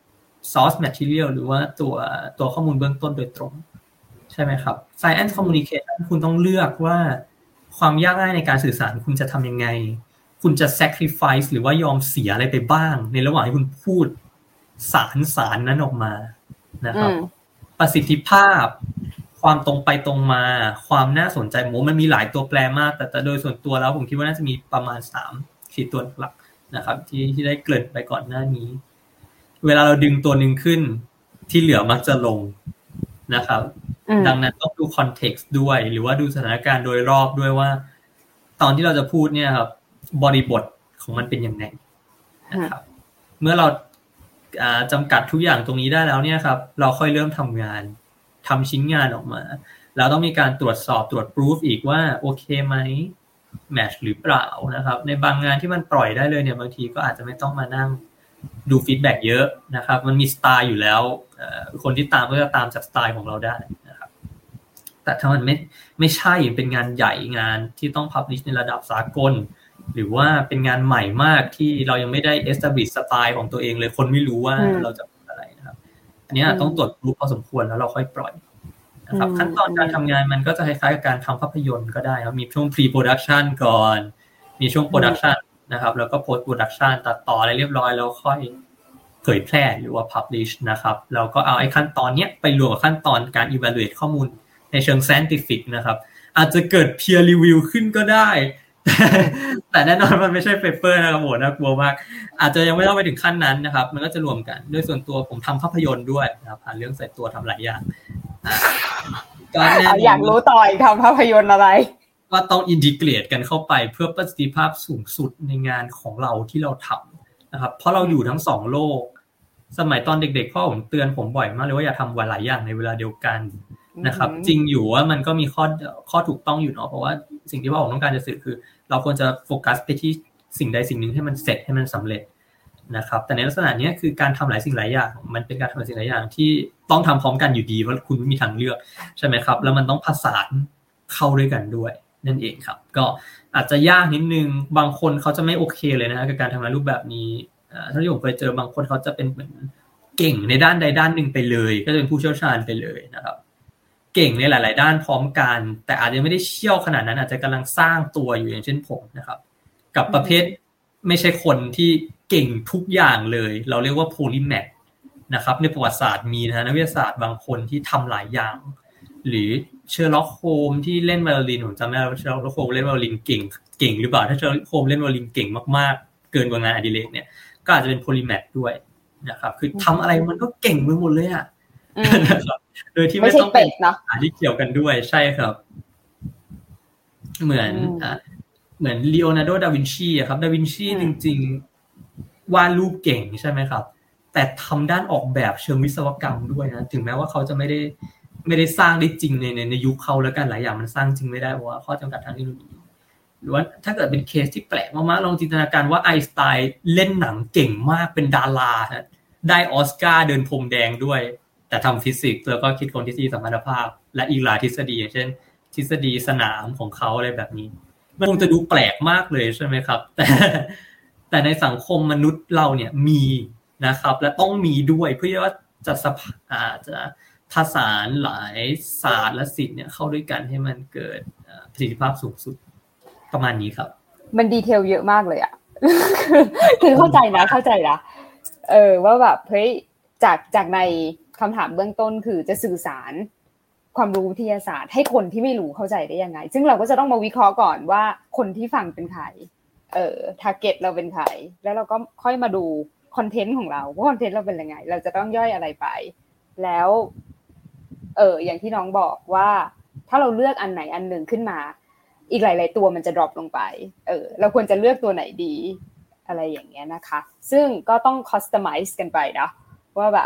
source material หรือว่าตัวข้อมูลเบื้องต้นโดยตรงใช่ไหมครับ Science Communication คุณต้องเลือกว่าความยากง่ายในการสื่อสารคุณจะทำยังไงคุณจะ sacrifice หรือว่ายอมเสียอะไรไปบ้างในระหว่างที่คุณพูดสารนั้นออกมานะครับประสิทธิภาพความตรงไปตรงมาความน่าสนใจมันมีหลายตัวแปรมากแต่โดยส่วนตัวแล้วผมคิดว่าน่าจะมีประมาณ3ตัวหลักนะครับที่ได้เกริ่นไปก่อนหน้านี้เวลาเราดึงตัวนึงขึ้นที่เหลือมักจะลงนะครับดังนั้นต้องดูคอนเท็กซ์ด้วยหรือว่าดูสถานการณ์โดยรอบด้วยว่าตอนที่เราจะพูดเนี่ยครับบริบทของมันเป็นยังไงนะครับเมื่อเราจำกัดทุกอย่างตรงนี้ได้แล้วเนี่ยครับเราค่อยเริ่มทำงานทำชิ้นงานออกมาแล้วต้องมีการตรวจสอบตรวจพรูฟอีกว่าโอเคไหมแมทช์หรือเปล่านะครับในบางงานที่มันปล่อยได้เลยเนี่ยบางทีก็อาจจะไม่ต้องมานั่งดูฟีดแบ็กเยอะนะครับมันมีสไตล์อยู่แล้วคนที่ตามก็จะตามจากสไตล์ของเราได้นะครับแต่ถ้ามันไม่ใช่เป็นงานใหญ่งานที่ต้องพับลิชในระดับสากลหรือว่าเป็นงานใหม่มากที่เรายังไม่ได้ establish สไตล์ของตัวเองเลยคนไม่รู้ว่าเราจะเป็นอะไรนะครับอันนี้ต้องตรวจรู้พอสมควรแล้วเราค่อยปล่อยนะครับขั้นตอนการทำงานมันก็จะคล้ายๆกับการทำภาพยนตร์ก็ได้ครับมีช่วง pre-production ก่อนมีช่วง production นะครับแล้วก็ post-production ตัดต่ออะไรเรียบร้อยแล้วค่อยเผยแพร่หรือว่า publish นะครับแล้วก็เอาไอ้ขั้นตอนเนี้ยไปรวมกับขั้นตอนการ evaluate ข้อมูลในเชิง scientific นะครับอาจจะเกิด peer review ขึ้นก็ได้แต่แน่นอนมันไม่ใช่ paper นะครับโหน่ากลัวมากอาจจะยังไม่ต้องไปถึงขั้นนั้นนะครับมันก็จะรวมกันด้วยส่วนตัวผมทำภาพยนตร์ด้วยนะครับผ่านเรื่องใส่ตัวทำหลายอย่างก็อยากรู้ต่ออีกทำภาพยนตร์อะไรว่าต้องอินทิเกรตกันเข้าไปเพื่อประสิทธิภาพสูงสุดในงานของเราที่เราทำนะครับเพราะเราอยู่ทั้ง2โลกสมัยตอนเด็กๆพ่อผมเตือนผมบ่อยมากเลยว่าอย่าทำหลายอย่างในเวลาเดียวกันนะครับจริงอยู่ว่ามันก็มีข้อถูกต้องอยู่เนาะเพราะว่าสิ่งที่พ่อผมต้องการจะสื่อคือเราควรจะโฟกัสไปที่สิ่งใดสิ่งหนึ่งให้มันเสร็จให้มันสำเร็จนะครับแต่ในลักษณะนี้คือการทำหลายสิ่งหลายอย่างมันเป็นการทำหลายสิ่งหลายอย่างที่ต้องทำพร้อมกันอยู่ดีว่าคุณไม่มีทางเลือกใช่ไหมครับแล้วมันต้องผสานเข้าด้วยกันด้วยนั่นเองครับก็อาจจะยากนิดนึงบางคนเขาจะไม่โอเคเลยนะกับการทำงานรูปแบบนี้ถ้าที่ผมเคยเจอบางคนเขาจะเป็นเหมือนเก่งในด้านใดด้านหนึ่งไปเลยก็จะเป็นผู้เชี่ยวชาญไปเลยนะครับเก่งในหลายๆด้านพร้อมกันแต่อาจจะไม่ได้เชี่ยวขนาดนั้นอาจจะกำลังสร้างตัวอยู่อย่างเช่นผมนะครับกับประเภทไม่ใช่คนที่เก่งทุกอย่างเลยเราเรียกว่า polymath นะครับในประวัติศาสตร์มีนะนักวิทยาศาสตร์บางคนที่ทำหลายอย่างหรือเชอร์ล็อกโฮมที่เล่นไวโอลินผมจำได้ว่าเชอร์ล็อกโฮมเล่นไวโอลินเก่งหรือเปล่าถ้าเชอร์ล็อกโฮมเล่นไวโอลินเก่งมากๆเกินกว่างานอดิเรกเนี่ยก็อาจจะเป็น polymath ด้วยนะครับคือทำอะไรมันก็เก่งไปหมดเลยอะนะครับโดยที่ไม่ต้องเป็นที่เกี่ยวกันด้วยใช่ครับเหมือนลีโอนาร์โด ดาวินชีครับดาวินชีจริงๆวาดรูปเก่งใช่ไหมครับแต่ทำด้านออกแบบเชิงวิศวกรรมด้วยนะถึงแม้ว่าเขาจะไม่ได้สร้างได้จริงในยุคเขาแล้วกันหลายอย่างมันสร้างจริงไม่ได้เพราะว่าข้อจำกัดทางเทคโนโลยีหรือว่าถ้าเกิดเป็นเคสที่แปลกมากๆลองจินตนาการว่าไอน์สไตน์เล่นหนังเก่งมากเป็นดาราได้ออสการ์เดินพรมแดงด้วยแต่ทำฟิสิกส์แล้วก็คิดค้นทฤษฎีสัมพัทธภาพและอีกหลายทฤษฎีอย่างเช่นทฤษฎีสนามของเขาอะไรแบบนี้มันคงจะดูแปลกมากเลยใช่ไหมครับแต่ในสังคมมนุษย์เราเนี่ยมีนะครับและต้องมีด้วยเพื่อว่าจะผสานหลายศาสตร์และศิลป์เนี่ยเข้าด้วยกันให้มันเกิดประสิทธิภาพสูงสุดประมาณนี้ครับมันดีเทลเยอะมากเลยอ่ะ คือเข้าใจนะว่าแบบเฮ้ยจากในคำถามเบื้องต้นคือจะสื่อสารความรู้วิทยาศาสตร์ให้คนที่ไม่รู้เข้าใจได้ยังไงซึ่งเราก็จะต้องมาวิเคราะห์ก่อนว่าคนที่ฟังเป็นใครทาร์เก็ตเราเป็นใครแล้วเราก็ค่อยมาดูคอนเทนต์ของเราว่าคอนเทนต์เราเป็นยังไงเราจะต้องย่อยอะไรไปแล้วอย่างที่น้องบอกว่าถ้าเราเลือกอันไหนอันหนึ่งขึ้นมาอีกหลายๆตัวมันจะดรอปลงไปเราควรจะเลือกตัวไหนดีอะไรอย่างเงี้ยนะคะซึ่งก็ต้องคัสตอมไมซ์กันไปนะว่าแบบ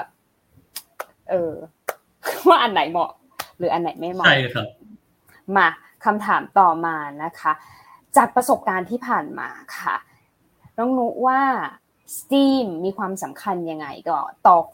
ว่าอันไหนเหมาะหรืออันไหนไม่เหมาะใช่ครับมาคำถามต่อมานะคะจากประสบการณ์ที่ผ่านมาค่ะน้องนุว่า STEAM มีความสำคัญยังไงก็ต่อ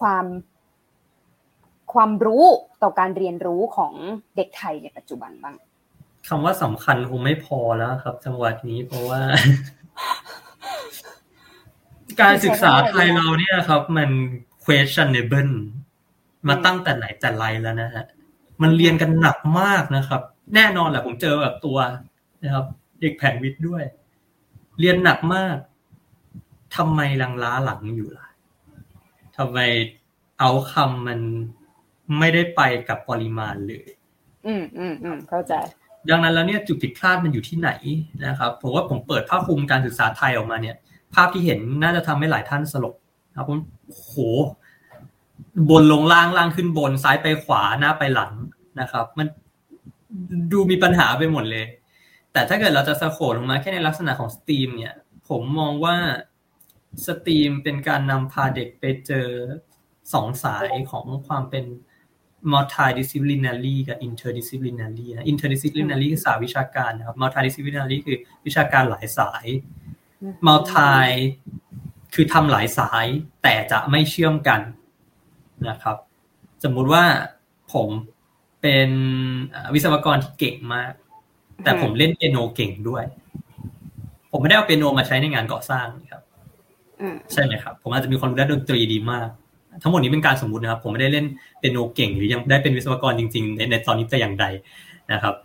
ความรู้ต่อการเรียนรู้ของเด็กไทยในปัจจุบันบ้างคำว่าสำคัญคงไม่พอแล้วครับจังหวะนี้เพราะว่า การศึกษาไทยเราเนี่ยครับมัน questionable มาตั้งแต่ไหนแต่ไรแล้วนะฮะมันเรียนกันหนักมากนะครับแน่นอนแหละผมเจอแบบตัวนะครับเด็กแผนวิทย์ด้วยเรียนหนักมากทำไมลังล้าหลังอยู่ล่ะทำไมเอาคำมันไม่ได้ไปกับปริมาณเลยเข้าใจดังนั้นแล้วเนี่ยจุดผิดพลาดมันอยู่ที่ไหนนะครับผมว่าผมเปิดภาพคลุมการศึกษาไทยออกมาเนี่ยภาพที่เห็นน่าจะทำให้หลายท่านสลบครับผมโหบนลงล่างล่างขึ้นบนซ้ายไปขวาหน้าไปหลังนะครับมันดูมีปัญหาไปหมดเลยแต่ถ้าเกิดเราจะสโคปลงมาแค่ในลักษณะของสตรีมเนี่ยผมมองว่าสตรีมเป็นการนำพาเด็กไปเจอสองสายของความเป็น multidisciplinary กับ interdisciplinary นะ interdisciplinary คือสายวิชาการนะครับ multidisciplinary คือวิชาการหลายสาย multi คือทำหลายสายแต่จะไม่เชื่อมกันนะครับสมมุติว่าผมเป็นวิศวกรที่เก่งมากแต่ผมเล่นเปียโนเก่งด้วยผมไม่ได้เอาเปียโนมาใช้ในงานก่อสร้างครับใช่ไหมครับผมอาจจะมีความรู้ด้านดนตรีดีมากทั้งหมดนี้เป็นการสมมุตินะครับผมไม่ได้เล่นเปียโนเก่งหรือยังได้เป็นวิศวกรจริงๆในตอนนี้แต่อย่างใดนะครับ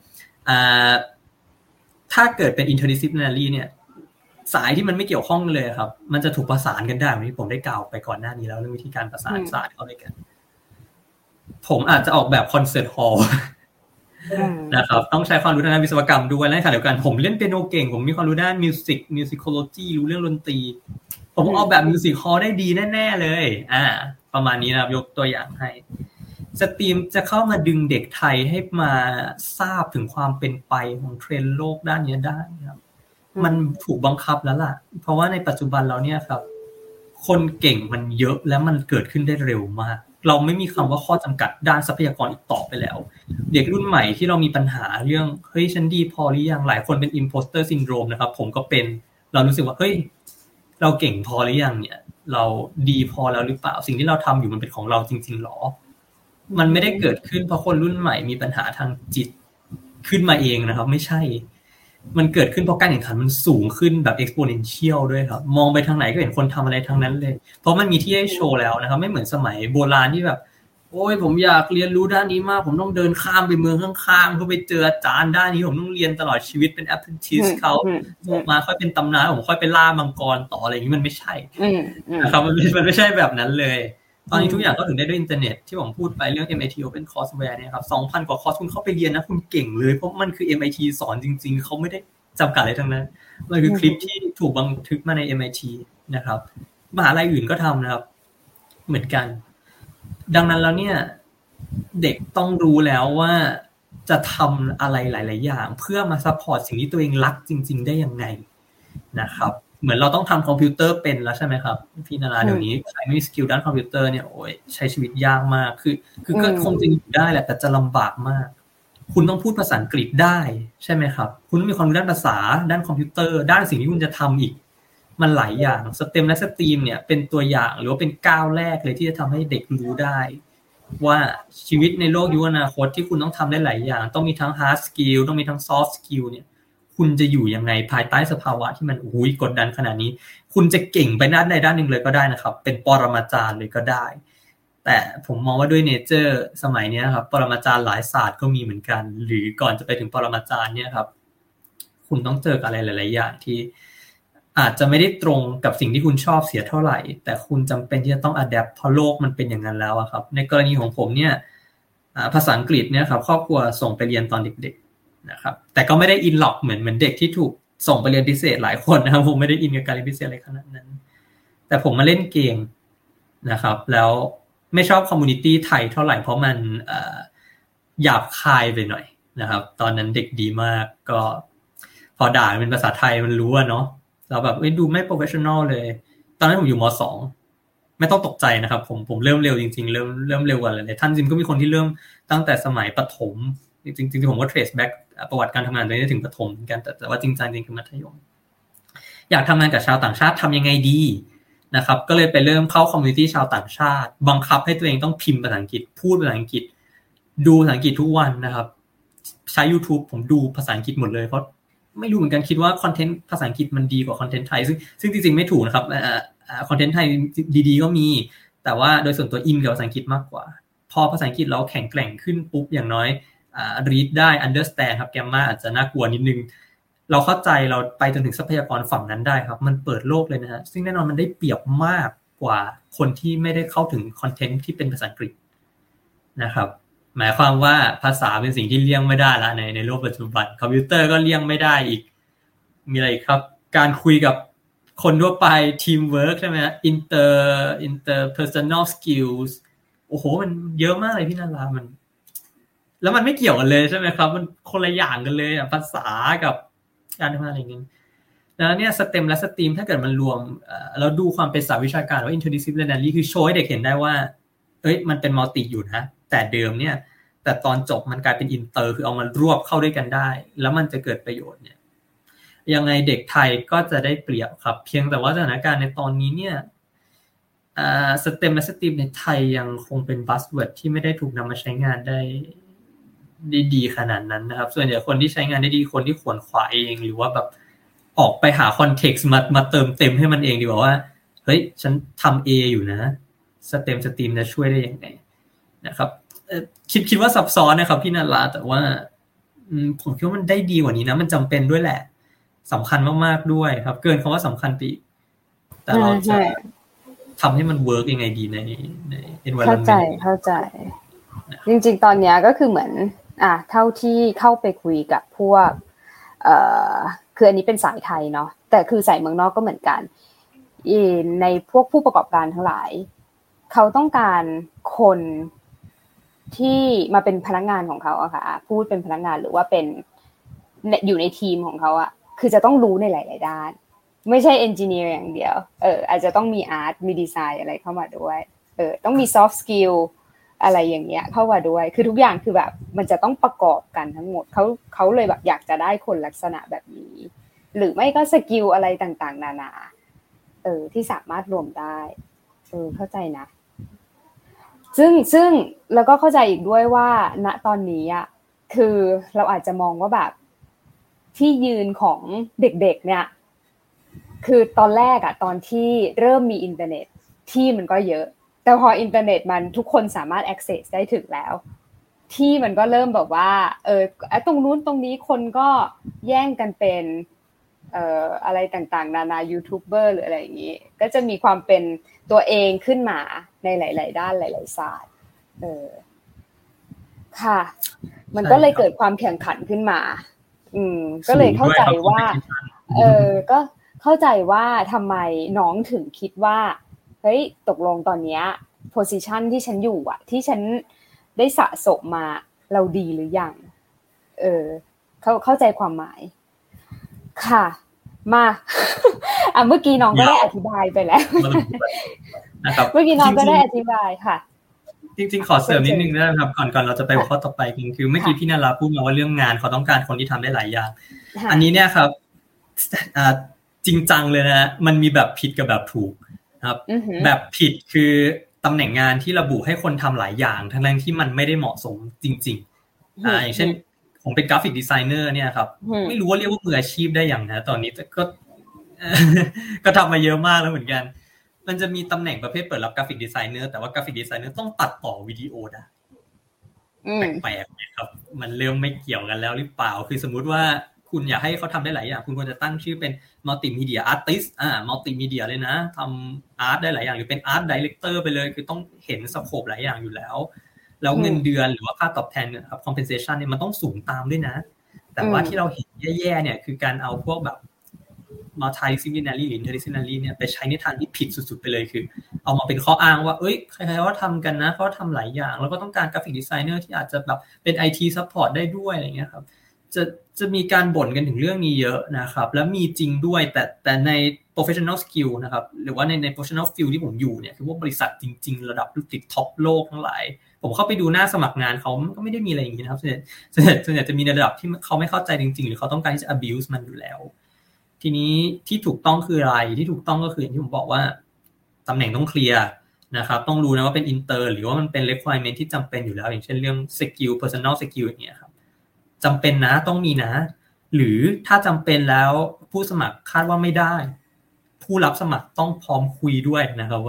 ถ้าเกิดเป็น interdisciplinary เนี่ยสายที่มันไม่เกี่ยวข้องเลยครับมันจะถูกประสานกันได้เหมือนที่ผมได้กล่าวไปก่อนหน้านี้แล้วเรื่องวิธีการประสานศาสตร์เข้าด้วยกันผมอาจจะออกแบบคอนเสิร์ตฮอลล์นะครับต้องใช้ความรู้ด้านวิศวกรรมด้วยและในขณะเดียวกันผมเล่นเปียโนเก่งผมมีความรู้ด้านmusicology รู้เรื่องดนตรีผมออกแบบมิวสิคฮอลล์ได้ดีแน่ๆเลยประมาณนี้นะครับยกตัวอย่างให้สตรีมจะเข้ามาดึงเด็กไทยให้มาทราบถึงความเป็นไปของเทรนด์โลกด้านนี้ได้ครับมันถูกบังคับแล้วล่ะเพราะว่าในปัจจุบันเราเนี่ยครับคนเก่งมันเยอะและมันเกิดขึ้นได้เร็วมากเราไม่มีคำว่าข้อจำกัดด้านทรัพยากรอีกต่อไปแล้วเด็กรุ่นใหม่ที่เรามีปัญหาเรื่องเฮ้ยฉันดีพอหรือยังหลายคนเป็น imposter syndrome นะครับผมก็เป็นเรารู้สึกว่าเฮ้ยเราเก่งพอหรือยังเนี่ยเราดีพอแล้วหรือเปล่าสิ่งที่เราทำอยู่มันเป็นของเราจริงๆหรอมันไม่ได้เกิดขึ้นเพราะคนรุ่นใหม่มีปัญหาทางจิตขึ้นมาเองนะครับไม่ใช่มันเกิดขึ้นเพราะการแข่งขันมันสูงขึ้นแบบ exponential ด้วยครับมองไปทางไหนก็เห็นคนทำอะไรทางนั้นเลยเพราะมันมีที่ให้โชว์แล้วนะครับไม่เหมือนสมัยโบราณที่แบบโอ้ยผมอยากเรียนรู้ด้านนี้มากผมต้องเดินข้ามไปเมืองข้างๆเพื่อไปเจออาจารย์ด้านนี้ผมต้องเรียนตลอดชีวิตเป็น apprentice เขาออกมาค่อยเป็นตำนานผมค่อยไปล่ามังกรต่ออะไรอย่างนี้มันไม่ใช่นะครับมันไม่ใช่แบบนั้นเลยตอนนี้ทุกอย่างก็ถึงได้ด้วยอินเทอร์เน็ตที่ผมพูดไปเรื่อง MIT Open Courseware เนี่ยครับ 2,000 กว่าคอร์สคุณเข้าไปเรียนนะคุณเก่งเลยเพราะมันคือ MIT สอนจริงๆเขาไม่ได้จำกัดอะไรทั้งนั้นมันคือคลิปที่ถูกบันทึกมาใน MIT นะครับมหาลัยอื่นก็ทำนะครับเหมือนกันดังนั้นแล้วเนี่ยเด็กต้องรู้แล้วว่าจะทำอะไรหลายๆอย่างเพื่อมาซัพพอร์ตสิ่งที่ตัวเองรักจริงๆได้ยังไงนะครับเหมือนเราต้องทำคอมพิวเตอร์เป็นแล้วใช่ไหมครับพี่นาราเดี๋ยวนี้ใครไม่มีสกิลด้านคอมพิวเตอร์เนี่ยโอ้ยใช้ชีวิตยากมากคือก็คงจะอยู่ได้แหละแต่จะลำบากมากคุณต้องพูดภาษาอังกฤษได้ใช่ไหมครับคุณต้องมีความรู้ด้านภาษาด้านคอมพิวเตอร์ด้านสิ่งที่คุณจะทำอีกมันหลายอย่างสเต็มและสตรีมเนี่ยเป็นตัวอย่างหรือว่าเป็นก้าวแรกเลยที่จะทำให้เด็กรู้ได้ว่าชีวิตในโลกยุคอนาคตที่คุณต้องทำได้หลายอย่างต้องมีทั้ง hard skill ต้องมีทั้ง soft skill เนี่ยคุณจะอยู่ยังไงภายใต้สภาวะที่มันกดดันขนาดนี้คุณจะเก่งไปด้านใดด้านหนึ่งเลยก็ได้นะครับเป็นปรมาจารย์เลยก็ได้แต่ผมมองว่าด้วยเนเจอร์สมัยนี้ครับปรมาจารย์หลายศาสตร์ก็มีเหมือนกันหรือก่อนจะไปถึงปรมาจารย์เนี่ยครับคุณต้องเจออะไรหลายๆอย่างที่อาจจะไม่ได้ตรงกับสิ่งที่คุณชอบเสียเท่าไหร่แต่คุณจำเป็นที่จะต้อง adapt เพราะโลกมันเป็นอย่างนั้นแล้วครับในกรณีของผมเนี่ยภาษาอังกฤษเนี่ยครับครอบครัวส่งไปเรียนตอนเด็กๆนะครับแต่ก็ไม่ได้อินหรอกเหมือนเด็กที่ถูกส่งไปเรียนพิเศษหลายคนนะครับผมไม่ได้อินกับการเรียนพิเศษอะไรขนาดนั้นแต่ผมมาเล่นเกมนะครับแล้วไม่ชอบคอมมูนิตี้ไทยเท่าไหร่เพราะมันหยาบคายไปหน่อยนะครับตอนนั้นเด็กดีมากก็พอด่าเป็นภาษาไทยมันรู้อะเนาะเราแบบดูไม่โปรเฟสชั่นอลเลยตอนนั้นผมอยู่ม.2 ไม่ต้องตกใจนะครับผมเริ่มเร็วจริงๆเริ่มเร็วกว่าเลยท่านจริงก็มีคนที่เริ่มตั้งแต่สมัยประถมจริงๆผมก็ trace back ประวัติการทำงานไปถึงประถมเหมือนกันแต่ว่าจริงๆคือมัธยมอยากทำงานกับชาวต่างชาติทำยังไงดีนะครับก็เลยไปเริ่มเข้าคอมมูนิตี้ชาวต่างชาติบังคับให้ตัวเองต้องพิมพ์ภาษาอังกฤษพูดภาษาอังกฤษดูภาษาอังกฤษทุกวันนะครับใช้ YouTube ผมดูภาษาอังกฤษหมดเลยเพราะไม่รู้เหมือนกันคิดว่าคอนเทนต์ภาษาอังกฤษมันดีกว่าคอนเทนต์ไทยซึ่งจริงๆไม่ถูกนะครับคอนเทนต์ไทยดีๆก็มีแแต่ว่าโดยส่วนตัวอินกับภาษาอังกฤษมากกว่าพอภาษาอังกฤษเราแข็งแกร่งขึ้นปุ๊บอย่างน้อยread ได้ understand ครับ grammar อาจจะน่ากลัวนิดนึงเราเข้าใจเราไปจนถึงทรัพยากรฝั่งนั้นได้ครับมันเปิดโลกเลยนะฮะซึ่งแน่นอนมันได้เปรียบมากกว่าคนที่ไม่ได้เข้าถึงคอนเทนต์ที่เป็นภาษาอังกฤษนะครับหมายความว่าภาษาเป็นสิ่งที่เลี่ยงไม่ได้ละในโลกปัจจุบันคอมพิวเตอร์ก็เลี่ยงไม่ได้อีกมีอะไรอีกครับการคุยกับคนทั่วไปทีมเวิร์คใช่ไหมฮะ interpersonal skills โอ้โหมันเยอะมากเลยพี่นารามันแล้วมันไม่เกี่ยวกันเลยใช่ไหมครับมันคนละอย่างกันเลยภาษากับการทำงานอะไรอย่างเงี้ยแล้วเนี่ยสเต็มและสตรีมถ้าเกิดมันรวมเราดูความเป็นสายวิชาการว่า interdisciplinary คือโชว์ให้เด็กเห็นได้ว่าเอ้ยมันเป็นมัลติอยู่นะแต่เดิมเนี่ยแต่ตอนจบมันกลายเป็นอินเตอร์คือเอามารวบเข้าด้วยกันได้แล้วมันจะเกิดประโยชน์เนี่ยยังไงเด็กไทยก็จะได้เปรียบครับเพียงแต่ว่าสถานการณ์ในตอนนี้เนี่ยสเต็มและสตรีมในไทยยังคงเป็นบัสเวิร์ดที่ไม่ได้ถูกนำมาใช้งานได้ดีขนาดนั้นนะครับส่วนใหญ่คนที่ใช้งานได้ดีคนที่ขวนขวายเองหรือว่าแบบออกไปหาคอนเท็กซ์มาเติมเต็มให้มันเองดีกว่าว่าเฮ้ยฉันทำ A อยู่นะสเต็มสตรีมจะช่วยได้ยังไงนะครับคิดว่าซับซ้อนนะครับพี่นาราแต่ว่าผมคิดว่ามันได้ดีกว่านี้นะมันจำเป็นด้วยแหละสำคัญมากๆด้วยครับเกินคำว่าสำคัญไปแต่เราจะทำให้มันเวิร์กยังไงดีใน environment เข้าใจจริงๆตอนนี้ก็คือเหมือนเท่าที่เข้าไปคุยกับพวกคืออันนี้เป็นสายไทยเนาะแต่คือสายเมืองนอกก็เหมือนกันในพวกผู้ประกอบการทั้งหลายเขาต้องการคนที่มาเป็นพนักงานของเขาอะค่ะพูดเป็นพนักงานหรือว่าเป็นอยู่ในทีมของเขาอะคือจะต้องรู้ในหลายๆด้านไม่ใช่เอนจิเนียร์อย่างเดียวอาจจะต้องมีอาร์ตมีดีไซน์อะไรเข้ามาด้วยต้องมีซอฟต์สกิลอะไรอย่างเงี้ยเข้ามาด้วยคือทุกอย่างคือแบบมันจะต้องประกอบกันทั้งหมดเขาเลยแบบอยากจะได้คนลักษณะแบบนี้หรือไม่ก็สกิลอะไรต่างๆนานาที่สามารถรวมได้เข้าใจนะซึ่งแล้วก็เข้าใจอีกด้วยว่าณตอนนี้อ่ะคือเราอาจจะมองว่าแบบที่ยืนของเด็กๆเนี่ยคือตอนแรกอ่ะตอนที่เริ่มมีอินเทอร์เน็ตที่มันก็เยอะแต่พออินเทอร์เน็ตมันทุกคนสามารถ access ได้ถึงแล้วที่มันก็เริ่มแบบว่าตรงนู้นตรงนี้คนก็แย่งกันเป็นอะไรต่างๆนานายูทูบเบอร์หรืออะไรอย่างนี้ก็จะมีความเป็นตัวเองขึ้นมาในหลายๆด้านหลายๆศาสตร์ค่ะมันก็เลยเกิดความแข่งขันขึ้นมาก็เลยเข้าใจว่าก็เข้าใจว่าทำไมน้องถึงคิดว่าเฮ้ยตกลงตอนนี้โพสิชันที่ฉันอยู่อ่ะที่ฉันได้สะสมมาเราดีหรือยังเข้าใจความหมายค่ะมาเมื่อกี้น้องก็ได้อธิบายไปแล้วนะครับเมื่อกี้น้องก็ได้อธิบายค่ะจริงๆขอเสริมนิดนึงนะครับก่อนเราจะไปหัวข้อต่อไปคือเมื่อกี้พี่นาราพูดมาว่าเรื่องงานเขาต้องการคนที่ทำได้หลายอย่างอันนี้เนี่ยครับจริงจังเลยนะมันมีแบบผิดกับแบบถูกครับแบบผิดคือตำแหน่งงานที่ระบุให้คนทำหลายอย่างทั้งที่มันไม่ได้เหมาะสมจริงๆอย่างเช่นผมเป็นกราฟิกดีไซเนอร์เนี่ยครับไม่รู้ว่าเรียกว่ามืออาชีพได้อย่างนะตอนนี้แต่ก็ทำมาเยอะมากแล้วเหมือนกันมันจะมีตำแหน่งประเภทเปิดรับกราฟิกดีไซเนอร์แต่ว่ากราฟิกดีไซเนอร์ต้องตัดต่อวิดีโอได้แปลกๆนะครับมันเริ่มไม่เกี่ยวกันแล้วหรือเปล่าคือสมมุติว่าคุณอยากให้เขาทำได้หลายอย่างคุณควรจะตั้งชื่อเป็นมัลติมีเดียอาร์ติสต์มัลติมีเดียเลยนะทำอาร์ตได้หลายอย่างหรือเป็นอาร์ตไดเรคเตอร์ไปเลยคือต้องเห็นสโคปหลายอย่างอยู่แล้วเงินเดือนหรือว่าค่าตอบแทนครับ compensation เนี่ยมันต้องสูงตามด้วยนะแต่ว่าที่เราเห็นแย่ๆเนี่ยคือการเอาพวกแบบ multidisciplinary หรือ interdisciplinary เนี่ยไปใช้ในทางที่ผิดสุดๆไปเลยคือเอามาเป็นข้ออ้างว่าเอ้ยใครๆว่าทำกันนะเขาทำหลายอย่างแล้วก็ต้องการกราฟิกดีไซเนอร์ที่อาจจะแบบเป็น IT support ได้ด้วยอะไรเงี้ยครับจะมีการบ่นกันถึงเรื่องนี้เยอะนะครับแล้วมีจริงด้วยแต่ใน professional skill นะครับหรือว่าใน professional field ที่ผมอยู่เนี่ยคือพวกบริษัทจริงๆระดับติดท็อปโลกทั้งหลายผมเข้าไปดูหน้าสมัครงานเขาก็ไม่ได้มีอะไรอย่างนี้นะครับส่วนใหญ่จะมีในระดับที่เขาไม่เข้าใจจริงๆหรือเขาต้องการที่จะ abuse มันอยู่แล้วทีนี้ที่ถูกต้องคืออะไรที่ถูกต้องก็คืออย่างที่ผมบอกว่าตำแหน่งต้องเคลียร์นะครับต้องรู้นะว่าเป็น inter หรือว่ามันเป็น requirement ที่จำเป็นอยู่แล้วอย่างเช่นเรื่อง skill personal skill อย่างเงี้ยครับจำเป็นนะต้องมีนะหรือถ้าจำเป็นแล้วผู้สมัครคาดว่าไม่ได้ผู้รับสมัครต้องพร้อมคุยด้วยนะครับว่า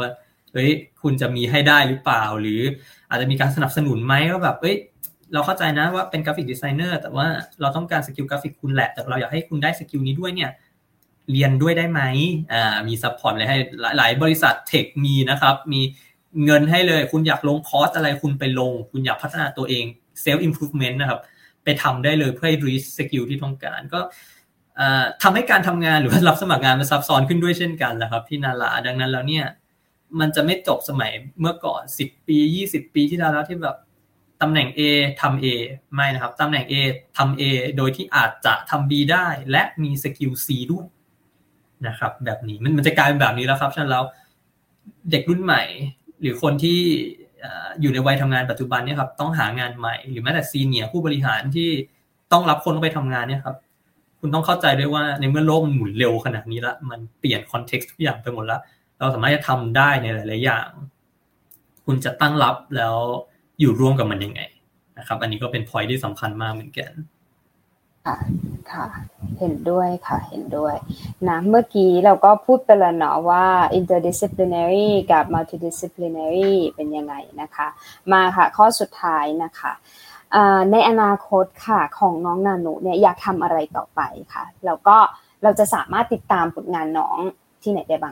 คุณจะมีให้ได้หรือเปล่าหรืออาจจะมีการสนับสนุนไหมว่าแบบเราเข้าใจนะว่าเป็นกราฟิกดีไซเนอร์แต่ว่าเราต้องการสกิลกราฟิกคุณแหละแต่เราอยากให้คุณได้สกิลนี้ด้วยเนี่ยเรียนด้วยได้ไหมมีซัพพอร์ตอะไรให้หลายบริษัทเทคมีนะครับมีเงินให้เลยคุณอยากลงคอร์สอะไรคุณไปลงคุณอยากพัฒนาตัวเองเซลฟ์อิมพรูฟเมนต์นะครับไปทำได้เลยเพื่อให้ reach สกิลที่ต้องการก็ทำให้การทำงานหรือว่ารับสมัครงานมันซับซ้อนขึ้นด้วยเช่นกันแหละครับพี่นาราดังนั้นแล้วเนี่ยมันจะไม่จบสมัยเมื่อก่อน10ปี20ปีที่แล้วที่แบบตำแหน่ง A ทำ A ไม่นะครับตำแหน่ง A ทำ A โดยที่อาจจะทำ B ได้และมีสกิล C ด้วยนะครับแบบนี้มันจะกลายเป็นแบบนี้แล้วครับฉะนั้นแล้วเด็กรุ่นใหม่หรือคนที่อยู่ในวัยทำงานปัจจุบันเนี่ยครับต้องหางานใหม่หรือแม้แต่ซีเนียร์ผู้บริหารที่ต้องรับคนเข้าไปทำงานเนี่ยครับคุณต้องเข้าใจด้วยว่าในเมื่อโลกมันหมุนเร็วขนาดนี้ละมันเปลี่ยนคอนเท็กซ์ทุกอย่างไปหมดแล้วเราสามารถจะทำได้ในหลายๆอย่างคุณจะตั้งรับแล้วอยู่ร่วมกับมันยังไงนะครับอันนี้ก็เป็น point ที่สำคัญมากเหมือนกันค่ะเห็นด้วยค่ะเห็นด้วยนะเมื่อกี้เราก็พูดไปแล้วเนาะว่า interdisciplinary กับ multidisciplinary เป็นยังไงนะคะมาค่ะข้อสุดท้ายนะคะในอนาคตค่ะของน้องนานุเนี่ยอยากทำอะไรต่อไปค่ะแล้วก็เราจะสามารถติดตามผลงานน้องที่ไหนได้บ้าง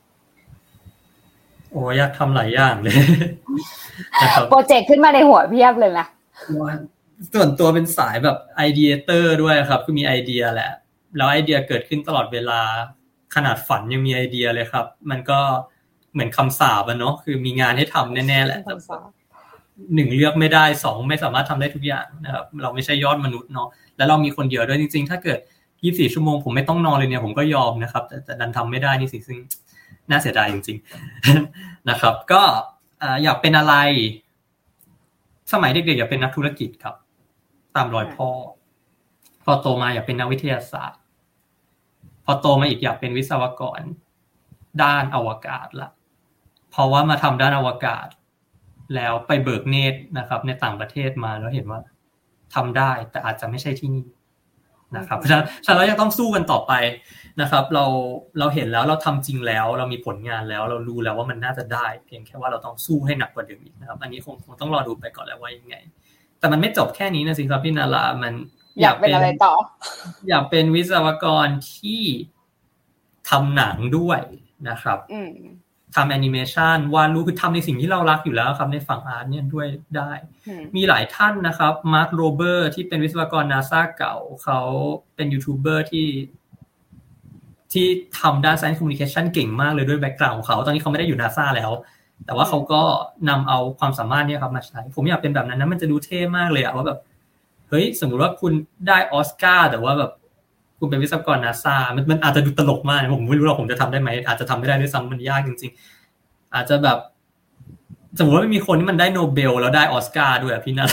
โอ้อยากทำหลายอย่างเลยนะครับโปรเจกต์ขึ้นมาในหัวเพียบเลยนะส่วนตัวเป็นสายแบบไอเดียเตอร์ด้วยครับคือมีไอเดียแหละแล้วไอเดียเกิดขึ้นตลอดเวลาขนาดฝันยังมีไอเดียเลยครับมันก็เหมือนคำสาปอะเนาะคือมีงานให้ทำแน่ๆแหละ1เลือกไม่ได้2ไม่สามารถทำได้ทุกอย่างนะครับเราไม่ใช่ยอดมนุษย์เนาะแล้วเรามีคนเดียวด้วยจริงๆถ้าเกิด24ชั่วโมงผมไม่ต้องนอนเลยเนี่ยผมก็ยอมนะครับแต่ดันทำไม่ได้นี่สิซึ่งน่าเสียดายจริงๆนะครับก็อยากเป็นอะไรสมัยเด็กๆอยากเป็นนักธุรกิจครับตามรอยพ่อพอโตมาอยากเป็นนักวิทยาศาสตร์พอโตมาอีกอยากเป็นวิศวกรด้านอวกาศละเพราะว่ามาทำด้านอวกาศแล้วไปเบิกเนตรนะครับในต่างประเทศมาแล้วเห็นว่าทำได้แต่อาจจะไม่ใช่ที่นี่นะครับเพราะฉะนั้นเรายังต้องสู้กันต่อไปนะครับเราเห็นแล้วเราทำจริงแล้วเรามีผลงานแล้วเรารู้แล้วว่ามันน่าจะได้เพียงแค่ว่าเราต้องสู้ให้หนักกว่าเดิมอีกนะครับอันนี้คงต้องรอดูไปก่อนแล้วว่ายังไงแต่มันไม่จบแค่นี้นะสิครับพี่นารามันอยากเป็นอะไรต่ออยากเป็นวิศวกรที่ทำหนังด้วยนะครับทำแอนิเมชันวาดรูปคือทำในสิ่งที่เรารักอยู่แล้วครับในฝั่งอาร์ตเนี่ยด้วยได้มีหลายท่านนะครับมาร์คโรเบอร์ที่เป็นวิศวกร NASA เก่าเขาเป็นยูทูบเบอร์ที่ทำด้าน Science Communication เก่งมากเลยด้วยแบ็คกราวด์ของเขาตอนนี้เขาไม่ได้อยู่ NASA แล้วแต่ว่าเขาก็นำเอาความสามารถเนี่ยครับมาใช้ผมอยากเป็นแบบนั้นนะมันจะดูเท่มากเลยอะว่าแบบเฮ้ยสมมุติว่าคุณได้ออสการ์แต่ว่าแบบคุณเป็นวิศวกร NASA มันอาจจะดูตลกมากผมไม่รู้หรอกผมจะทำได้ไหมอาจจะทำไม่ได้ด้วยซ้ำมันยากจริงๆอาจจะแบบสมมติว่าไม่มีคนที่มันได้โนเบลแล้วได้ออสการ์ด้วยพี่นา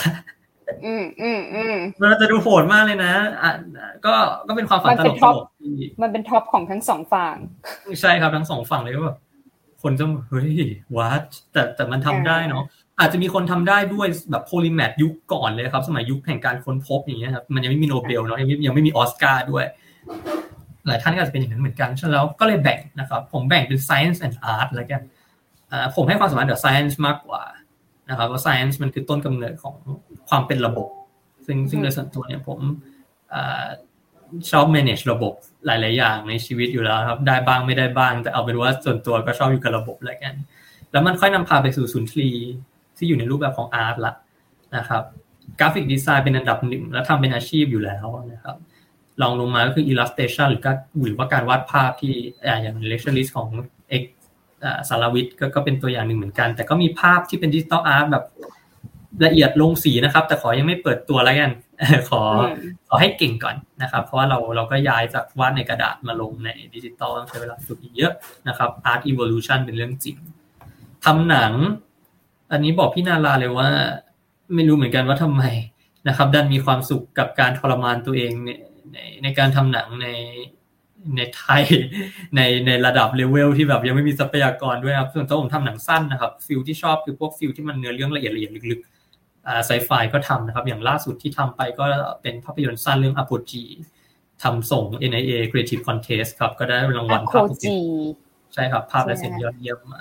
มันจะดูโหดมากเลยนะก็เป็นความฝันตลกมันเป็นท็อปของทั้งสองฝั่งใช่ครับทั้งสองฝั่งเลยก็แบบคนจะเฮ้ยวัดแต่มันทำได้เนาะอาจจะมีคนทำได้ด้วยแบบโพลีแมทยุคก่อนเลยครับสมัยยุคแห่งการค้นพบอย่างเงี้ยครับมันยังไม่มีโนเบลเนาะยังไม่มีออสการ์ด้วยหลายท่านก็อาจจะเป็นอย่างนั้นเหมือนกันฉะนั้นแล้วก็เลยแบ่งนะครับผมแบ่งเป็น Science and Art แล้วกันผมให้ความสำคัญกับ Science มากกว่านะครับเพราะ Science มันคือต้นกำเนิดของความเป็นระบบซึ่งโดยส่วนตัวเนี่ยผมชอบ manage ระบบหลายๆอย่างในชีวิตอยู่แล้วครับได้บ้างไม่ได้บ้างแต่เอาเป็นว่าส่วนตัวก็ชอบอยู่กับระบบแล้วกันแล้วมันค่อยนำพาไปสู่ศูนย์ทรีที่อยู่ในรูปแบบของอาร์ตละนะครับกราฟิกดีไซน์เป็นอันดับ1แล้วทำเป็นอาชีพอยู่แล้วนะครับลองลงมาก็คือ illustration หรือว่าการวาดภาพที่อย่าง lecture list ของ X สารวิทย์ก็เป็นตัวอย่างหนึ่งเหมือนกันแต่ก็มีภาพที่เป็นดิจิตอลอาร์ตแบบละเอียดลงสีนะครับแต่ขอยังไม่เปิดตัวแล้วกันขอให้เก่งก่อนนะครับเพราะว่าเราก็ย้ายจากวาดในกระดาษมาลงในดิจิตอลต้องใช้เวลาฝึกอีกเยอะนะครับ art evolution เป็นเรื่องจริงทำหนังอันนี้บอกพี่นาราเลยว่าไม่รู้เหมือนกันว่าทำไมนะครับดันมีความสุขกับการทรมานตัวเองในการทำหนังในไทยในระดับเลเวลที่แบบยังไม่มีทรัพยากรด้วยครับส่วนตัวผมทำหนังสั้นนะครับฟิลที่ชอบคือพวกฟิลที่มันเนื้อเรื่องละเอียดลึกๆไซไฟก็ทำนะครับอย่างล่าสุดที่ทำไปก็เป็นภาพยนตร์สั้นเรื่อง Apogee ทำส่ง NIA Creative Contest ครับก็ได้รางวัลภาพใช่ครับภาพและเสียงยอดเยี่ยมมา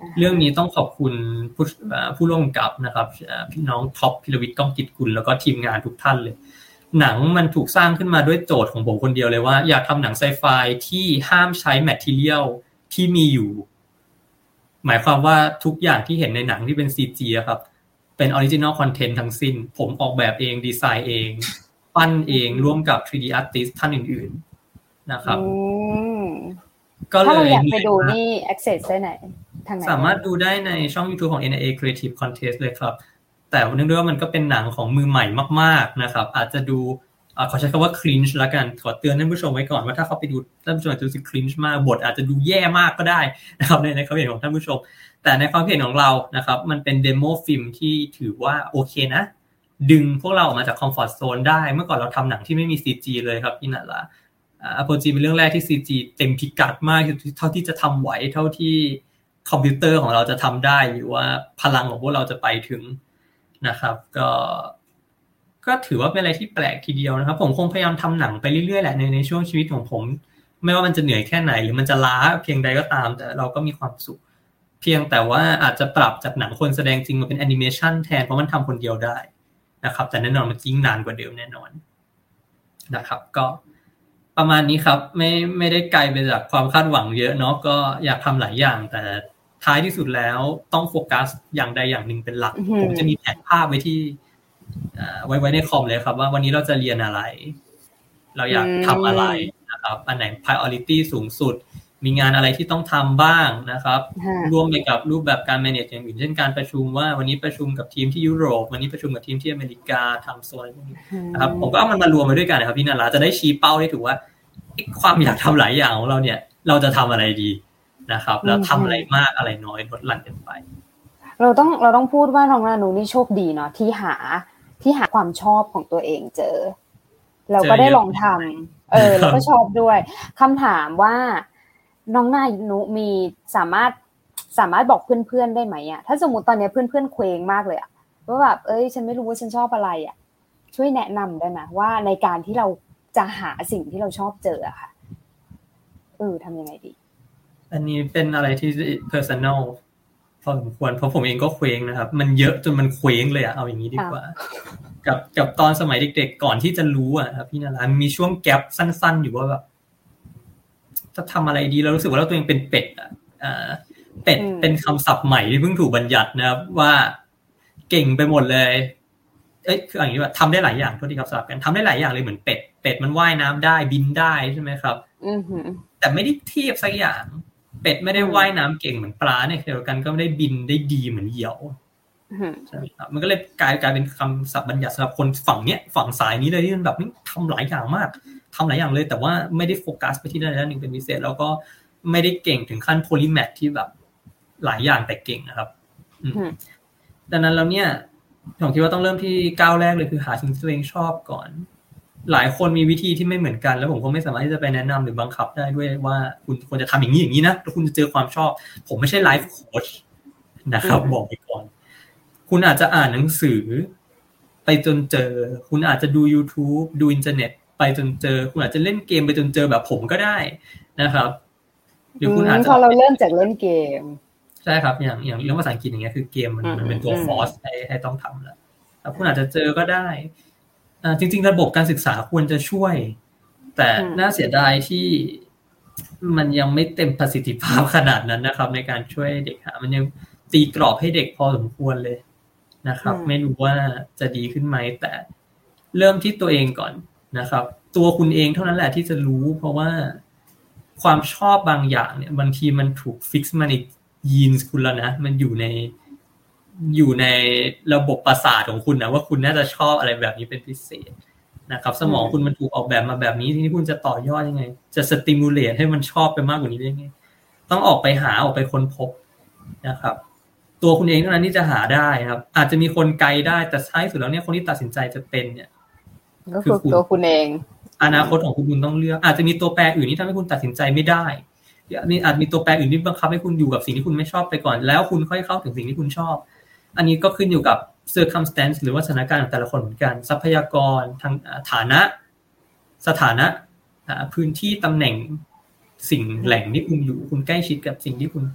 เรื่องนี้ต้องขอบคุณผู้ร่วมกำกับนะครับพี่น้องท็อปพิรวิทย์ก้องกิจกุลแล้วก็ทีมงานทุกท่านเลยหนังมันถูกสร้างขึ้นมาด้วยโจทย์ของผมคนเดียวเลยว่าอยากทำหนังไซไฟที่ห้ามใช้แมททีเรียลที่มีอยู่หมายความว่าทุกอย่างที่เห็นในหนังที่เป็น CG อะครับเป็นออริจินอลคอนเทนต์ทั้งสิ้นผมออกแบบเองดีไซน์เองปั้นเองร่วมกับ 3D artist ท่านอื่นๆนะครับก็เลยถ้าเราอยากไปดูนี่ access ได้ไหนทางไหนสามารถดูได้ในช่อง YouTube ของ NIA Creative Contest เลยครับแต่เนื่องด้วยว่ามันก็เป็นหนังของมือใหม่มากๆนะครับอาจจะดูขอใช้คำว่า cringe ละกันขอเตือนท่านผู้ชมไว้ก่อนว่าถ้าเขาไปดูท่านผู้ชมอาจจะรู้สึก cringe มากบทอาจจะดูแย่มากก็ได้นะครับในความเห็นของท่านผู้ชมแต่ในความเห็นของเรานะครับมันเป็นเดโมฟิล์มที่ถือว่าโอเคนะดึงพวกเราออกมาจากคอมฟอร์ตโซนได้เมื่อก่อนเราทำหนังที่ไม่มี CG เลยครับพี่นัทละApogee เป็นเรื่องแรกที่ CG เต็มพิกัดมากเท่าที่จะทำไหวเท่าที่คอมพิวเตอร์ของเราจะทำได้หรือว่าพลังของพวกเราจะไปถึงนะครับก็ถือว่าเป็นอะไรที่แปลกทีเดียวนะครับผมคงพยายามทำหนังไปเรื่อยๆแหละในช่วงชีวิตของผมไม่ว่ามันจะเหนื่อยแค่ไหนหรือมันจะล้าเพียงใดก็ตามแต่เราก็มีความสุขเพียงแต่ว่าอาจจะปรับจากหนังคนแสดงจริงมาเป็นแอนิเมชันแทนเพราะมันทำคนเดียวได้นะครับแต่แน่นอนมันยิ่งนานกว่าเดิมแน่นอนนะครับก็ประมาณนี้ครับไม่ได้ไกลไปจากความคาดหวังเยอะเนาะก็อยากทำหลายอย่างแต่ท้ายที่สุดแล้วต้องโฟกัสอย่างใดอย่างหนึ่งเป็นหลักผมจะมีแผนภาพไว้ที่ไว้ในคอมเลยครับว่าวันนี้เราจะเรียนอะไรเราอยากทำอะไรนะครับอันไหน priority สูงสุดมีงานอะไรที่ต้องทำบ้างนะครับรวมไปกับรูปแบบการ manage อย่างอื่นเช่นการประชุมว่าวันนี้ประชุมกับทีมที่ยุโรปวันนี้ประชุมกับทีมที่อเมริกาทำโซนพวกนี้นะครับผมก็เอามันมารวมมาด้วยกันนะครับพี่นาราจะได้ชี้เป้าได้ถูกว่าความอยากทำหลายอย่างของเราเนี่ยเราจะทำอะไรดีนะครับแล้วทำอะไรมากอะไรน้อยลดหลั่นกันไปเราต้องพูดว่าน้องนานูนี่โชคดีเนาะที่หาความชอบของตัวเองเจอเราก็ได้ลองทำแล้วก็ชอบด้วยคำถามว่าน้องนานูมีสามารถบอกเพื่อนๆได้ไหมอ่ะถ้าสมมุติตอนนี้เพื่อนๆเคว้งมากเลยอ่ะว่าแบบฉันไม่รู้ว่าฉันชอบอะไรอ่ะช่วยแนะนำได้ไหมว่าในการที่เราจะหาสิ่งที่เราชอบเจออะค่ะทำยังไงดีอันนี้เป็นอะไรที่ personal พอสมควรเพราะผมเองก็เคว้งนะครับมันเยอะจนมันเคว้งเลยอ่ะเอาอย่างนี้ดีกว่ากับตอนสมัยเด็กๆก่อนที่จะรู้อ่ะครับพี่นารามีช่วงแกปสั้นๆอยู่ว่าแบบจะทำอะไรดีเรารู้สึกว่าเราตัวเองเป็นเป็ดเป็ดเป็นคำศัพท์ใหม่ที่เพิ่งถูกบัญญัตินะครับว่าเก่งไปหมดเลยคืออย่างนี้ว่าทำได้หลายอย่างทุกที่ครับสลับกันทำได้หลายอย่างเลยเหมือนเป็ดมันว่ายน้ำได้บินได้ใช่ไหมครับแต่ไม่ได้เทียบสักอย่างเป็ดไม่ได้ว่ายน้ำเก่งเหมือนปลาเนี่ยเดียวกันก็ไม่ได้บินได้ดีเหมือนเหยี่ยวใช่ไหมครับมันก็เลยกลายเป็นคำศัพท์บัญญัติสำหรับคนฝั่งสายนี้เลยที่มันแบบทำหลายอย่างมากทำหลายอย่างเลยแต่ว่าไม่ได้โฟกัสไปที่ด้านหนึ่งเป็นพิเศษแล้วก็ไม่ได้เก่งถึงขั้นโพลีแมทที่แบบหลายอย่างแต่เก่งนะครับดังนั้นแล้วเนี่ยผมคิดว่าต้องเริ่มที่ก้าวแรกเลยคือหาสิ่งที่ตัวเองชอบก่อนหลายคนมีวิธีที่ไม่เหมือนกันแล้วผมก็ไม่สามารถที่จะไปแนะนำหรือบังคับได้ด้วยว่าคุณควรจะทำอย่างนี้นะแล้วคุณจะเจอความชอบผมไม่ใช่ไลฟ์โค้ชนะครับบอกไปก่อนคุณอาจจะอ่านหนังสือไปจนเจอคุณอาจจะดู YouTube ดูอินเทอร์เน็ตไปจนเจอคุณอาจจะเล่นเกมไปจนเจอแบบผมก็ได้นะครับหรือคุณอาจจะพอเราเริ่มจากเล่นเกมใช่ครับอย่างเรื่องภาษาอังกฤษอย่างเงี้ยคือเกมมันเป็นตัวฟอร์สให้ต้องทำแล้วคุณอาจจะเจอก็ได้จริงๆระบบการศึกษาควรจะช่วยแต่น่าเสียดายที่มันยังไม่เต็มประสิทธิภาพขนาดนั้นนะครับในการช่วยเด็กมันยังตีกรอบให้เด็กพอสมควรเลยนะครับไม่รู้ว่าจะดีขึ้นไหมแต่เริ่มที่ตัวเองก่อนนะครับตัวคุณเองเท่านั้นแหละที่จะรู้เพราะว่าความชอบบางอย่างเนี่ยบางทีมันถูกฟิกซ์มาในยีนส์คุณแล้วนะมันอยู่ในระบบประสาทของคุณนะว่าคุณน่าจะชอบอะไรแบบนี้เป็นพิเศษนะครับสมองคุณมันถูกออกแบบมาแบบนี้ทีนี้คุณจะต่อยอดยังไงจะสติมูลเลตให้มันชอบไปมากกว่านี้ได้ไงต้องออกไปค้นพบนะครับตัวคุณเองเท่านั้นที่จะหาได้ครับอาจจะมีคนไกลได้แต่ท้ายสุดแล้วเนี่ยคนที่ตัดสินใจจะเป็นเนี่ยก็คือตัวคุณเองอนาคตของคุณต้องเลือกอาจจะมีตัวแปรอื่นที่ทำให้คุณตัดสินใจไม่ได้อาจมีตัวแปรอื่นที่บังคับให้คุณอยู่กับสิ่งที่คุณไม่ชอบไปก่อนแล้วคุณค่อยเข้าถึงสิ่งที่คุณชอบอันนี้ก็ขึ้นอยู่กับ circumstance หรือว่าสถานการณ์ของแต่ละคนเหมือนกันทรัพยากรทางฐานะสถานะพื้นที่ตำแหน่งสิ่งแหล่งที่คุณอยู่คุณใกล้ชิดกับสิ่งที่คุณ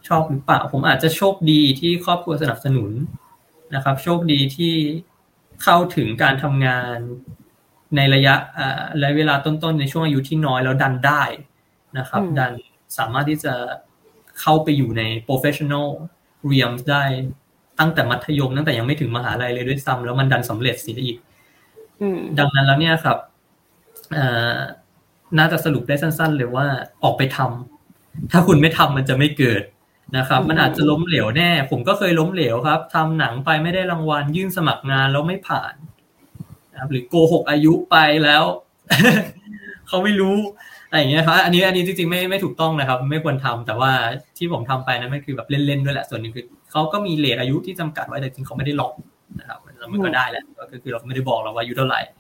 ชอบหรือเปล่าผมอาจจะโชคดีที่ครอบครัวสนับสนุนนะครับโชคดีที่เข้าถึงการทำงานในระยะเวลาต้นๆในช่วงอายุที่น้อยแล้วดันได้นะครับดันสามารถที่จะเข้าไปอยู่ใน professional realms ได้ตั้งแต่มัธยมตั้งแต่ยังไม่ถึงมหาลัยเลยด้วยซ้ำแล้วมันดันสำเร็จเสียอีกดังนั้นแล้วเนี่ยครับน่าจะสรุปได้สั้นๆเลยว่าออกไปทำถ้าคุณไม่ทำมันจะไม่เกิดนะครับมันอาจจะล้มเหลวแน่ผมก็เคยล้มเหลวครับทำหนังไปไม่ได้รางวัลยื่นสมัครงานแล้วไม่ผ่านนะครับหรือโกหกอายุไปแล้ว เขาไม่รู้อะไรอย่างเงี้ยครับอันนี้จริงๆไม่ถูกต้องนะครับไม่ควรทำแต่ว่าที่ผมทำไปนั้นมันคือแบบเล่นๆด้วยแหละส่วนนึงคือเขาก็มีเรทอายุที่จำกัดไว้แต่จริงเขาไม่ได้หลอกนะครับมันก็ได้แหละก็คือเราไม่ได้บอกเราว่าอายุเท่าไหร่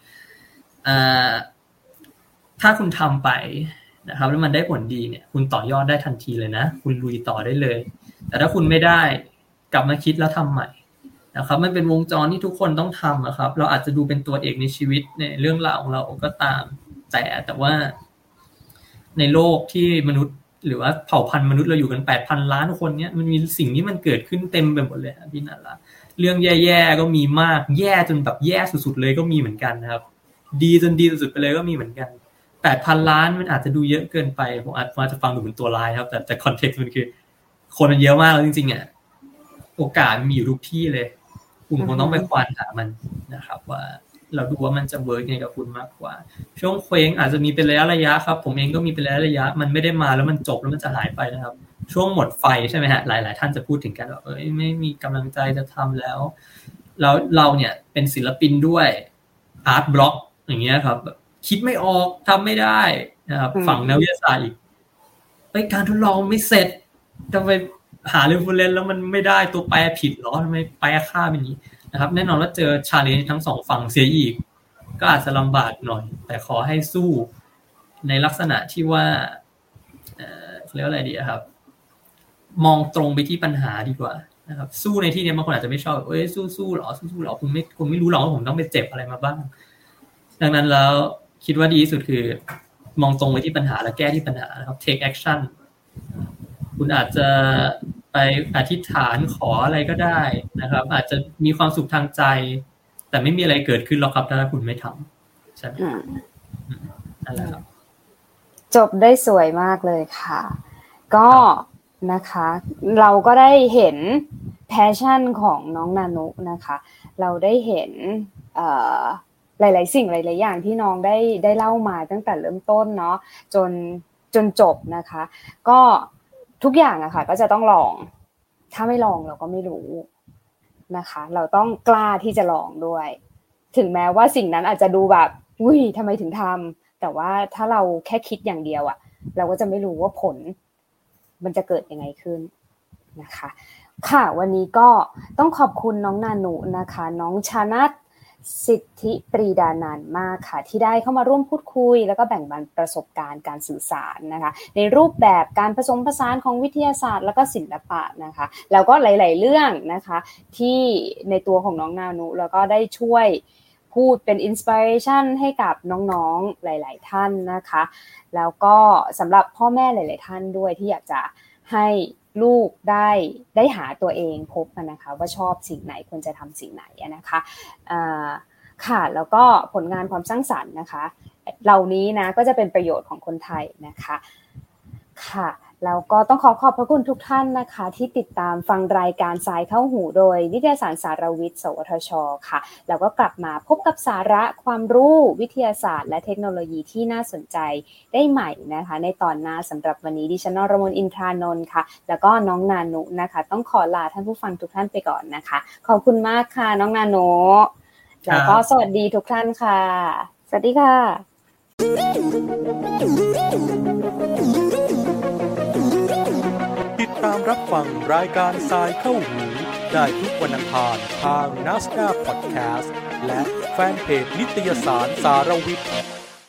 ถ้าคุณทำไปนะครับแล้วมันได้ผลดีเนี่ยคุณต่อยอดได้ทันทีเลยนะคุณลุยต่อได้เลยแต่ถ้าคุณไม่ได้กลับมาคิดแล้วทำใหม่นะครับมันเป็นวงจรที่ทุกคนต้องทำนะครับเราอาจจะดูเป็นตัวเอกในชีวิตในเรื่องราวของเราก็ตามแต่ว่าในโลกที่มนุษย์หรือว่าเผ่าพันธุ์มนุษย์เราอยู่กัน 8,000 ล้านคนเนี่ยมันมีสิ่งที่มันเกิดขึ้นเต็มไปหมดเลยพี่นันละเรื่องแย่ๆก็มีมากแย่จนแบบแย่สุดๆเลยก็มีเหมือนกันนะครับดีจนดีสุดๆไปเลยก็มีเหมือนกัน 8,000 ล้านมันอาจจะดูเยอะเกินไปผมอาจจะฟังดูเหมือนตัวร้ายครับแต่คอนเทกซ์มันคือคนมันเยอะมากแล้วจริงๆอ่ะโอกาสมีอยู่ทุกที่เลยคุณคงต้องไปควานหามันนะครับว่าเราดูว่ามันจะเวิร์กยังไงกับคุณมากกว่าช่วงเคว้งอาจจะมีเป็นระยะครับผมเองก็มีเป็นระยะมันไม่ได้มาแล้วมันจบแล้วมันจะหายไปนะครับช่วงหมดไฟใช่ไหมฮะหลายๆท่านจะพูดถึงกันว่าไม่มีกำลังใจจะทำแล้วเราเนี่ยเป็นศิลปินด้วยอาร์ตบล็อกอย่างเงี้ยครับคิดไม่ออกทำไม่ได้นะครับฝั่งนักวิทยาศาสตร์อีกการทดลองไม่เสร็จทำไมหาเรฟเฟอเรนซ์แล้วมันไม่ได้ตัวแปรผิดหรอทำไมแปรค่าเป็นอย่างนี้นะครับแน่นอนว่าเจอ challenge ทั้งสองฝั่งเสียอีกก็อาจจะลำบากหน่อยแต่ขอให้สู้ในลักษณะที่ว่าเรียกว่าอะไรดีครับมองตรงไปที่ปัญหาดีกว่านะครับสู้ในที่นี้บางคนอาจจะไม่ชอบสู้หรอคุณไม่รู้หรอกว่าผมต้องไปเจ็บอะไรมาบ้างดังนั้นแล้วคิดว่าดีที่สุดคือมองตรงไปที่ปัญหาและแก้ที่ปัญหานะครับ take action คุณอาจจะไปอธิษฐานขออะไรก็ได้นะครับอาจจะมีความสุขทางใจแต่ไม่มีอะไรเกิดขึ้นหรอกครับถ้าคุณไม่ทำใช่ไหมนั่นแหละครับจบได้สวยมากเลยค่ะก็นะคะเราก็ได้เห็นแพชชั่นของน้องนานุนะคะเราได้เห็นหลายๆสิ่งหลายๆอย่างที่น้องได้เล่ามาตั้งแต่เริ่มต้นเนาะจนจบนะคะก็ทุกอย่างอะค่ะก็จะต้องลองถ้าไม่ลองเราก็ไม่รู้นะคะเราต้องกล้าที่จะลองด้วยถึงแม้ว่าสิ่งนั้นอาจจะดูแบบอุ้ยทำไมถึงทำแต่ว่าถ้าเราแค่คิดอย่างเดียวอะเราก็จะไม่รู้ว่าผลมันจะเกิดยังไงขึ้นนะคะค่ะวันนี้ก็ต้องขอบคุณน้องนานุนะคะน้องชนัทสิทธิปรีดานันท์มากค่ะที่ได้เข้ามาร่วมพูดคุยแล้วก็แบ่งปันประสบการณ์การสื่อสารนะคะในรูปแบบการผสมผสานของวิทยาศาสตร์แล้วก็ศิลปะนะคะแล้วก็หลายๆเรื่องนะคะที่ในตัวของน้องนานุแล้วก็ได้ช่วยพูดเป็นอินสปิเรชันให้กับน้องๆหลายๆท่านนะคะแล้วก็สำหรับพ่อแม่หลายๆท่านด้วยที่อยากจะให้ลูกได้หาตัวเองพบกันนะคะว่าชอบสิ่งไหนควรจะทำสิ่งไหนนะคะค่ะแล้วก็ผลงานความสร้างสรรค์นะคะเหล่านี้นะก็จะเป็นประโยชน์ของคนไทยนะคะค่ะแล้วก็ต้องขอบพระคุณทุกท่านนะคะที่ติดตามฟังรายการสายเข้าหูโดยนิตยสารสารวิทย์สวทช.ค่ะแล้วก็กลับมาพบกับสาระความรู้วิทยาศาสตร์และเทคโนโลยีที่น่าสนใจได้ใหม่นะคะในตอนหน้าสำหรับวันนี้ดิฉันนรมนอินทรานนท์ค่ะแล้วก็น้องนานุนะคะต้องขอลาท่านผู้ฟังทุกท่านไปก่อนนะคะขอบคุณมากค่ะน้องนานุแล้วก็สวัสดีทุกท่านค่ะสวัสดีค่ะติดตามรับฟังรายการทรายเข้าหูได้ทุกวันอังคารทาง NASDAQ Podcast และแฟนเพจนิตยสารสารวิทย์